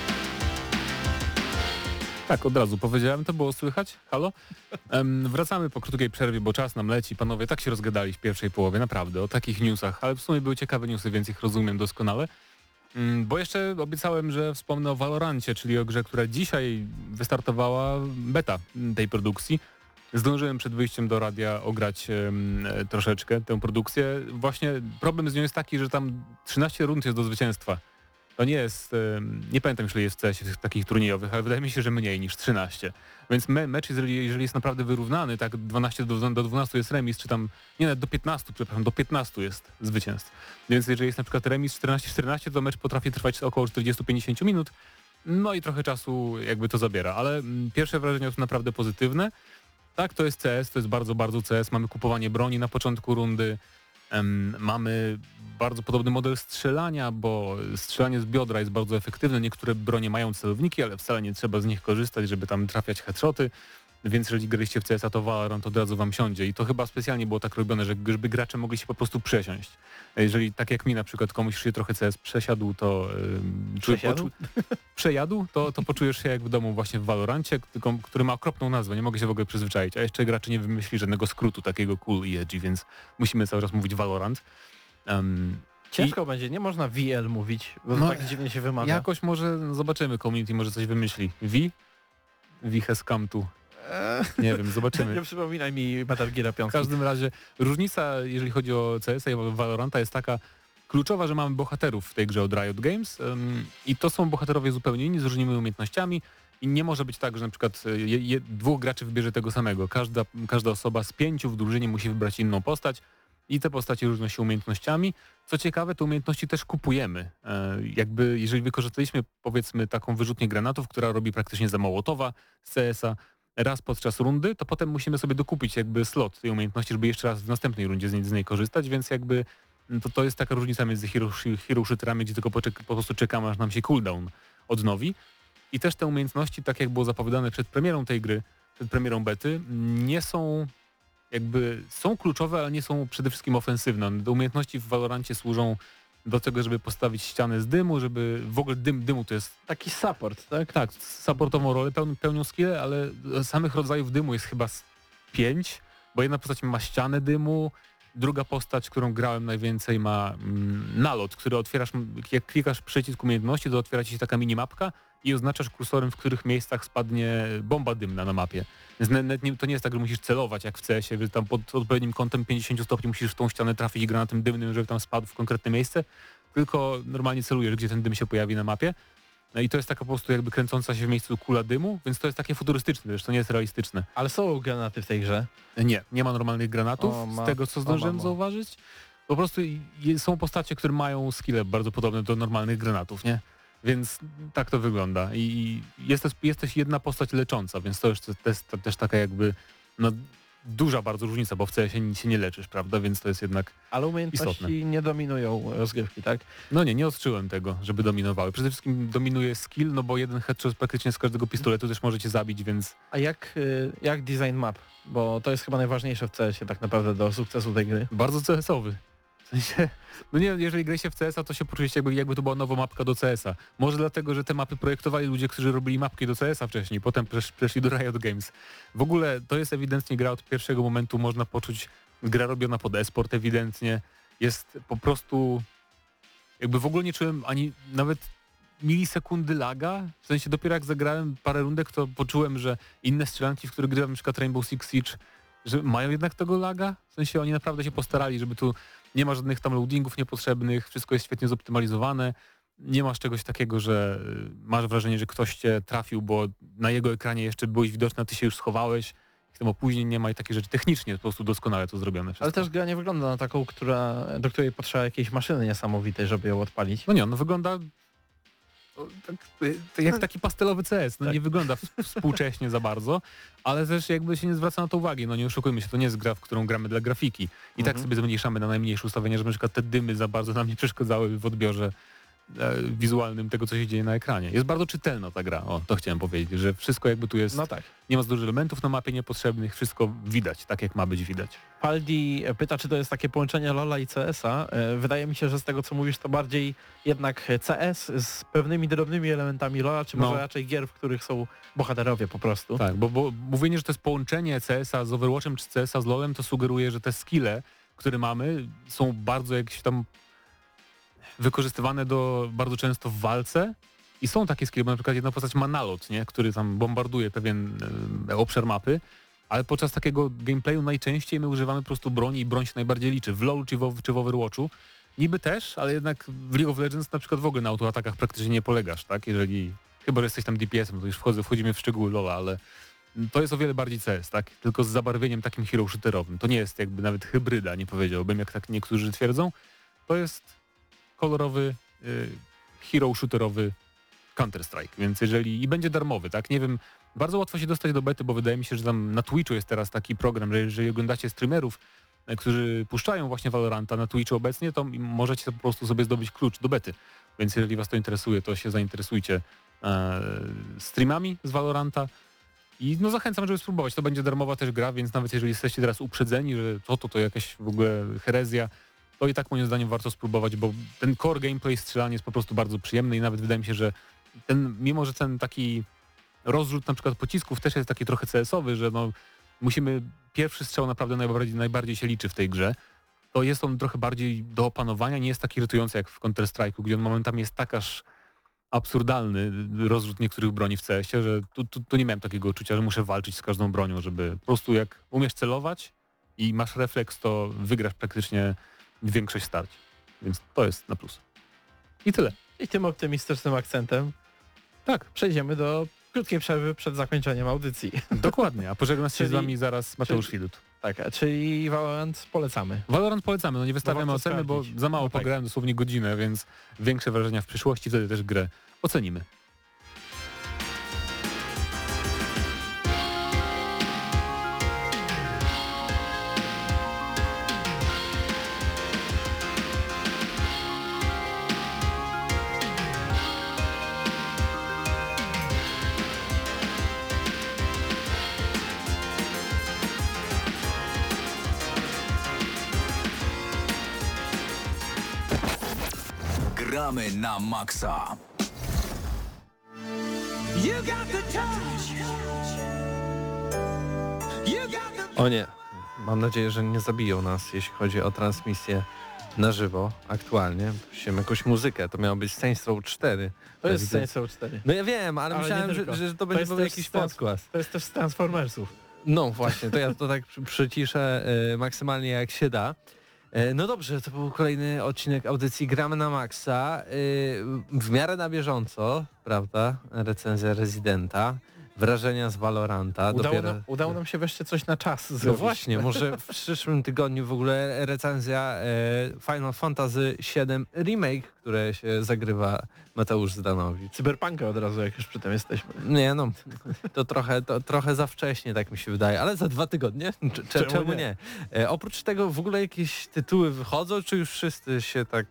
Tak, od razu powiedziałem, to było słychać? Halo? Wracamy po krótkiej przerwie, bo czas nam leci. Panowie, tak się rozgadali w pierwszej połowie, naprawdę, o takich newsach, ale w sumie były ciekawe newsy, więc ich rozumiem doskonale. Bo jeszcze obiecałem, że wspomnę o Valorancie, czyli o grze, która dzisiaj wystartowała beta tej produkcji. Zdążyłem przed wyjściem do radia ograć troszeczkę tę produkcję. Właśnie problem z nią jest taki, że tam 13 rund jest do zwycięstwa. to nie jest, nie pamiętam już ile jest w CS takich turniejowych, ale wydaje mi się, że mniej niż 13. Więc mecz, jeżeli jest naprawdę wyrównany, tak 12 do 12 jest remis, czy tam, nie nawet do 15, przepraszam, do 15 jest zwycięstw. Więc jeżeli jest na przykład remis 14-14, to mecz potrafi trwać około 40-50 minut, no i trochę czasu jakby to zabiera, ale pierwsze wrażenia są naprawdę pozytywne. Tak, to jest CS, to jest bardzo, bardzo CS, mamy kupowanie broni na początku rundy, mamy bardzo podobny model strzelania, bo strzelanie z biodra jest bardzo efektywne. Niektóre bronie mają celowniki, ale wcale nie trzeba z nich korzystać, żeby tam trafiać headshoty. Więc jeżeli graliście w CS-a, to Valorant od razu wam siądzie. I to chyba specjalnie było tak robione, żeby gracze mogli się po prostu przesiąść. Jeżeli tak jak mi na przykład komuś się trochę CS przesiadł, to przejadł, to poczujesz się jak w domu właśnie w Valorancie, który ma okropną nazwę, nie mogę się w ogóle przyzwyczaić. A jeszcze gracze nie wymyśli żadnego skrótu takiego cool i edgy, więc musimy cały czas mówić Valorant. Ciężko będzie, nie można VL mówić, bo to tak dziwnie się wymawia. Jakoś może zobaczymy, community może coś wymyśli. V has come to. Nie wiem, zobaczymy. Nie przypominaj mi Metal Gear 5. W każdym razie różnica, jeżeli chodzi o CS-a i Valoranta, jest taka kluczowa, że mamy bohaterów w tej grze od Riot Games i to są bohaterowie zupełnie inni, z różnymi umiejętnościami i nie może być tak, że na przykład dwóch graczy wybierze tego samego. Każda osoba z 5 w drużynie musi wybrać inną postać i te postacie różnią się umiejętnościami. Co ciekawe, te umiejętności też kupujemy. Jakby jeżeli wykorzystaliśmy powiedzmy taką wyrzutnię granatów, która robi praktycznie za Mołotowa z CS-a, raz podczas rundy, to potem musimy sobie dokupić jakby slot tej umiejętności, żeby jeszcze raz w następnej rundzie z niej korzystać, więc jakby to jest taka różnica między hero shooterami, gdzie tylko po prostu czekamy, aż nam się cooldown odnowi. I też te umiejętności, tak jak było zapowiadane przed premierą tej gry, przed premierą bety, nie są są kluczowe, ale nie są przede wszystkim ofensywne. Te umiejętności w Valorancie służą do tego, żeby postawić ścianę z dymu, żeby w ogóle dymu to jest... Taki support, tak? Tak, supportową rolę pełnią skille, ale samych rodzajów dymu jest chyba 5, bo jedna postać ma ścianę dymu, druga postać, którą grałem najwięcej ma nalot, który otwierasz, jak klikasz przycisk umiejętności, to otwiera ci się taka minimapka i oznaczasz kursorem, w których miejscach spadnie bomba dymna na mapie. Więc to nie jest tak, że musisz celować jak w CS-ie, że tam pod odpowiednim kątem 50 stopni musisz w tą ścianę trafić granatem dymnym, żeby tam spadł w konkretne miejsce, tylko normalnie celujesz, gdzie ten dym się pojawi na mapie. No i to jest taka po prostu jakby kręcąca się w miejscu kula dymu, więc to jest takie futurystyczne, wiesz, to nie jest realistyczne. Ale są granaty w tej grze? Nie ma normalnych granatów, z tego co zdążyłem zauważyć. Po prostu są postacie, które mają skille bardzo podobne do normalnych granatów, nie? Więc tak to wygląda. I jest też jedna postać lecząca, więc to jest też taka jakby duża bardzo różnica, bo w CS-ie się nie leczysz, prawda? Więc to jest jednak ale umiejętności istotne. Nie dominują rozgrywki, tak? No nie odczułem tego, żeby dominowały. Przede wszystkim dominuje skill, no bo jeden headshot praktycznie z każdego pistoletu też możecie zabić, więc... A jak design map? Bo to jest chyba najważniejsze w CS-ie tak naprawdę do sukcesu tej gry. Bardzo CS-owy. W sensie, no nie, jeżeli gra się w CS-a, to się poczuliście jakby to była nowa mapka do CS-a. Może dlatego, że te mapy projektowali ludzie, którzy robili mapki do CS-a wcześniej, potem przeszli do Riot Games. W ogóle to jest ewidentnie gra od pierwszego momentu, można poczuć gra robiona pod e-sport ewidentnie. Jest po prostu... Jakby w ogóle nie czułem ani nawet milisekundy laga. W sensie dopiero jak zagrałem parę rundek, to poczułem, że inne strzelanki, w których grałem, na przykład Rainbow Six Siege, że mają jednak tego laga. W sensie oni naprawdę się postarali, żeby tu nie ma żadnych tam loadingów niepotrzebnych, wszystko jest świetnie zoptymalizowane. Nie masz czegoś takiego, że masz wrażenie, że ktoś cię trafił, bo na jego ekranie jeszcze byłeś widoczny, a ty się już schowałeś. Tym opóźnień nie ma i takie rzeczy technicznie po prostu doskonale to zrobione. Ale też gra nie wygląda na taką, do której potrzeba jakiejś maszyny niesamowitej, żeby ją odpalić. No nie, ono wygląda tak jak taki pastelowy CS. No tak. Nie wygląda współcześnie za bardzo, ale też jakby się nie zwraca na to uwagi. No nie oszukujmy się, to nie jest gra, w którą gramy dla grafiki. I tak sobie zmniejszamy na najmniejsze ustawienia, żeby na przykład te dymy za bardzo nam nie przeszkadzały w odbiorze wizualnym tego, co się dzieje na ekranie. Jest bardzo czytelna ta gra, o, to chciałem powiedzieć, że wszystko jakby tu jest, no tak. Nie ma za dużo elementów na mapie niepotrzebnych, wszystko widać, tak jak ma być widać. Paldi pyta, czy to jest takie połączenie LoL'a i CS-a. Wydaje mi się, że z tego, co mówisz, to bardziej jednak CS z pewnymi drobnymi elementami LoL'a, czy może raczej gier, w których są bohaterowie po prostu. Tak, bo mówienie, że to jest połączenie CS-a z Overwatchem, czy CS-a z LoL'em, to sugeruje, że te skille, które mamy, są bardzo jakieś tam wykorzystywane bardzo często w walce i są takie skille, bo na przykład jedna postać ma nalot, nie? Który tam bombarduje pewien obszar mapy, ale podczas takiego gameplayu najczęściej my używamy po prostu broni i broń się najbardziej liczy. W LoL czy w Overwatchu Niby też, ale jednak w League of Legends na przykład w ogóle na autoatakach praktycznie nie polegasz, tak? Jeżeli, chyba że jesteś tam DPS-em, to już wchodzimy w szczegóły LoL'a, ale to jest o wiele bardziej CS, tak? Tylko z zabarwieniem takim hero shooterowym. To nie jest jakby nawet hybryda, nie powiedziałbym, jak tak niektórzy twierdzą. To jest kolorowy, hero shooterowy Counter-Strike, więc jeżeli... I będzie darmowy, tak? Nie wiem, bardzo łatwo się dostać do bety, bo wydaje mi się, że tam na Twitchu jest teraz taki program, że jeżeli oglądacie streamerów, którzy puszczają właśnie Valoranta na Twitchu obecnie, to możecie po prostu sobie zdobyć klucz do bety. Więc jeżeli was to interesuje, to się zainteresujcie streamami z Valoranta. I no zachęcam, żeby spróbować. To będzie darmowa też gra, więc nawet jeżeli jesteście teraz uprzedzeni, że to jakaś w ogóle herezja, to i tak moim zdaniem warto spróbować, bo ten core gameplay strzelania jest po prostu bardzo przyjemny i nawet wydaje mi się, że mimo że ten taki rozrzut na przykład pocisków też jest taki trochę CS-owy, że no musimy, pierwszy strzał naprawdę najbardziej się liczy w tej grze, to jest on trochę bardziej do opanowania, nie jest taki irytujący jak w Counter-Strike'u, gdzie on momentami jest tak aż absurdalny rozrzut niektórych broni w CS-ie, że tu nie miałem takiego uczucia, że muszę walczyć z każdą bronią, żeby po prostu jak umiesz celować i masz refleks, to wygrasz praktycznie większość starć. Więc to jest na plus. I tyle. I tym optymistycznym akcentem Tak, przejdziemy do krótkiej przerwy przed zakończeniem audycji. dokładnie. A pożegna się z Czyli- wami zaraz Mateusz Widut. Tak, czyli Valorant polecamy. Valorant polecamy, no nie wystawiamy warto oceny, bo sprawdzić. za mało No tak. pograłem, dosłownie godzinę, więc większe wrażenia w przyszłości, wtedy też grę ocenimy. Gramy na maksa. O nie, mam nadzieję, że nie zabiją nas, jeśli chodzi o transmisję na żywo aktualnie. Puściłem jakąś muzykę, to miało być Saints Row 4. To jest widzę. Saints Row 4. No ja wiem, ale Ale myślałem, nie tylko. że to To będzie jest był też jakiś Trans- podkład. To jest też z Transformersów. No właśnie, to ja to tak przyciszę maksymalnie jak się da. No dobrze, to był kolejny odcinek audycji Gramy na Maxa. W miarę na bieżąco, prawda? Recenzja Rezydenta, wrażenia z Valoranta. Udało nam się wreszcie coś na czas No zrobić. właśnie, może w przyszłym tygodniu w ogóle recenzja Final Fantasy VII Remake, które się zagrywa Mateusz Zdanowicz. Cyberpunka od razu, jak już przy tym jesteśmy. Nie no, to trochę za wcześnie, tak mi się wydaje, ale za 2 tygodnie? Czemu nie? Oprócz tego w ogóle jakieś tytuły wychodzą, czy już wszyscy się tak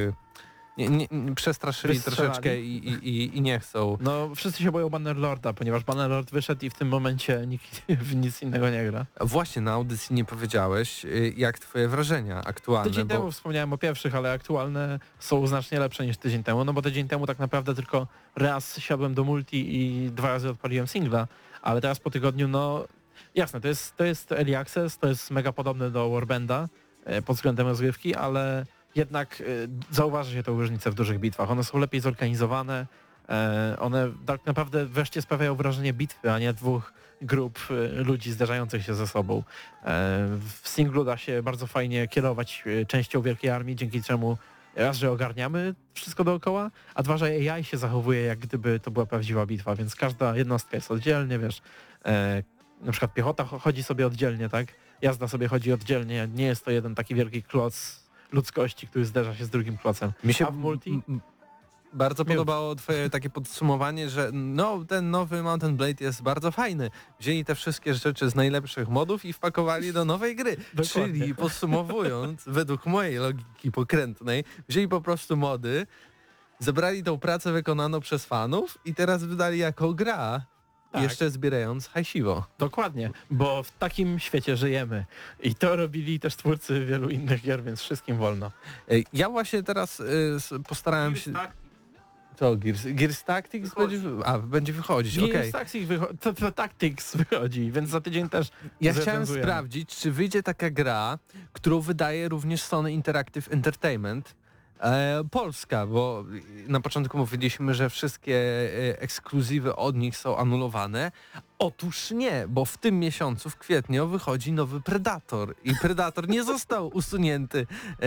nie przestraszyli Wystrzelali? troszeczkę i nie chcą? No, wszyscy się boją Bannerlorda, ponieważ Bannerlord wyszedł i w tym momencie nikt w nic innego nie gra. Właśnie na audycji nie powiedziałeś, jak twoje wrażenia aktualne, Tydzień bo temu wspomniałem o pierwszych, ale aktualne są znacznie lepsze niż tydzień temu, no bo tydzień temu tak naprawdę tylko raz siadłem do multi i 2 razy odpaliłem singla, ale teraz po tygodniu, no jasne, to jest Early Access, to jest mega podobne do Warbanda pod względem rozgrywki, ale jednak zauważa się tę różnicę w dużych bitwach. One są lepiej zorganizowane, one tak naprawdę wreszcie sprawiają wrażenie bitwy, a nie dwóch grup ludzi zderzających się ze sobą. W singlu da się bardzo fajnie kierować częścią wielkiej armii, dzięki czemu raz, że ogarniamy wszystko dookoła, a dwa, że AI się zachowuje, jak gdyby to była prawdziwa bitwa, więc każda jednostka jest oddzielnie, wiesz, na przykład piechota chodzi sobie oddzielnie, tak? Jazda sobie chodzi oddzielnie, nie jest to jeden taki wielki kloc ludzkości, który zderza się z drugim klocem. mi się A w multi? Bardzo Miód. podobało twoje takie podsumowanie, że no ten nowy Mountain Blade jest bardzo fajny. Wzięli te wszystkie rzeczy z najlepszych modów i wpakowali do nowej gry. Dokładnie. Czyli podsumowując, według mojej logiki pokrętnej, wzięli po prostu mody, zebrali tą pracę wykonaną przez fanów i teraz wydali jako gra, Tak. jeszcze zbierając hajsiwo. Dokładnie, bo w takim świecie żyjemy. I to robili też twórcy wielu innych gier, więc wszystkim wolno. Ja właśnie teraz postarałem się... Co, Gears Tactics będzie wychodzić, okej. Gears Tactics wychodzi, więc za tydzień też Ja chciałem zrecenzujemy. sprawdzić, czy wyjdzie taka gra, którą wydaje również Sony Interactive Entertainment, Polska, bo na początku mówiliśmy, że wszystkie ekskluzywy od nich są anulowane. Otóż nie, bo w tym miesiącu, w kwietniu, wychodzi nowy Predator i Predator nie został usunięty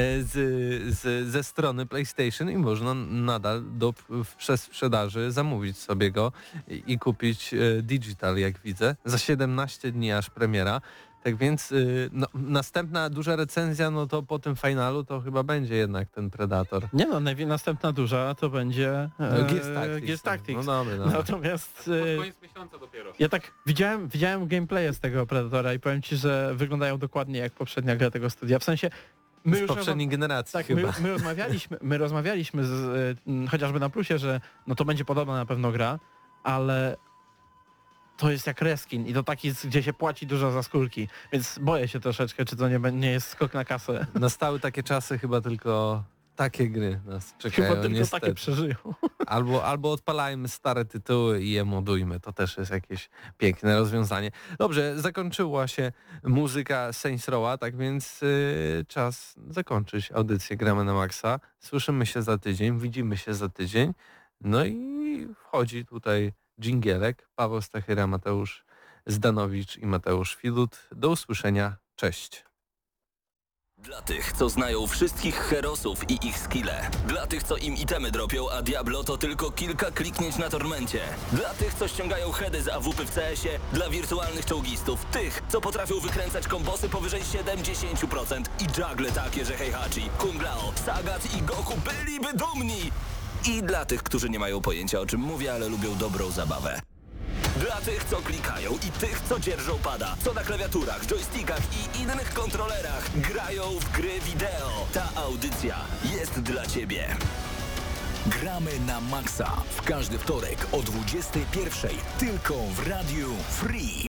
ze strony PlayStation i można nadal przez sprzedaży zamówić sobie go i kupić digital, jak widzę. Za 17 dni aż premiera. Tak więc następna duża recenzja, no to po tym finalu to chyba będzie jednak ten Predator. Nie no, następna duża to będzie Gears Tactics. No dobra. Natomiast Pod koniec miesiąca dopiero. ja tak widziałem gameplaye z tego Predatora i powiem ci, że wyglądają dokładnie jak poprzednia gra tego studia. W sensie my Z już poprzedniej generacji tak, chyba. my rozmawialiśmy chociażby na plusie, że no to będzie podobna na pewno gra, ale to jest jak reskin i to taki, gdzie się płaci dużo za skórki, więc boję się troszeczkę, czy to nie jest skok na kasę. Nastały takie czasy, chyba tylko takie gry nas czekają. Chyba tylko niestety. takie przeżyją. Albo odpalajmy stare tytuły i je modujmy. To też jest jakieś piękne rozwiązanie. Dobrze, zakończyła się muzyka Saints Row'a, tak więc czas zakończyć audycję Gramy na Maxa. Słyszymy się za tydzień, widzimy się za tydzień. No i wchodzi tutaj dżingielek. Paweł Stachyra, Mateusz Zdanowicz i Mateusz Filut. Do usłyszenia. Cześć. Dla tych, co znają wszystkich herosów i ich skille. Dla tych, co im itemy dropią, a Diablo to tylko kilka kliknięć na tormencie. Dla tych, co ściągają heady z AWP w CS-ie. Dla wirtualnych czołgistów. Tych, co potrafią wykręcać kombosy powyżej 70% i juggle takie, że Heihachi, Kung Lao, Sagat i Goku byliby dumni. I dla tych, którzy nie mają pojęcia, o czym mówię, ale lubią dobrą zabawę. Dla tych, co klikają i tych, co dzierżą pada, co na klawiaturach, joystickach i innych kontrolerach grają w gry wideo. Ta audycja jest dla Ciebie. Gramy na Maxa w każdy wtorek o 21:00 tylko w Radiu Free.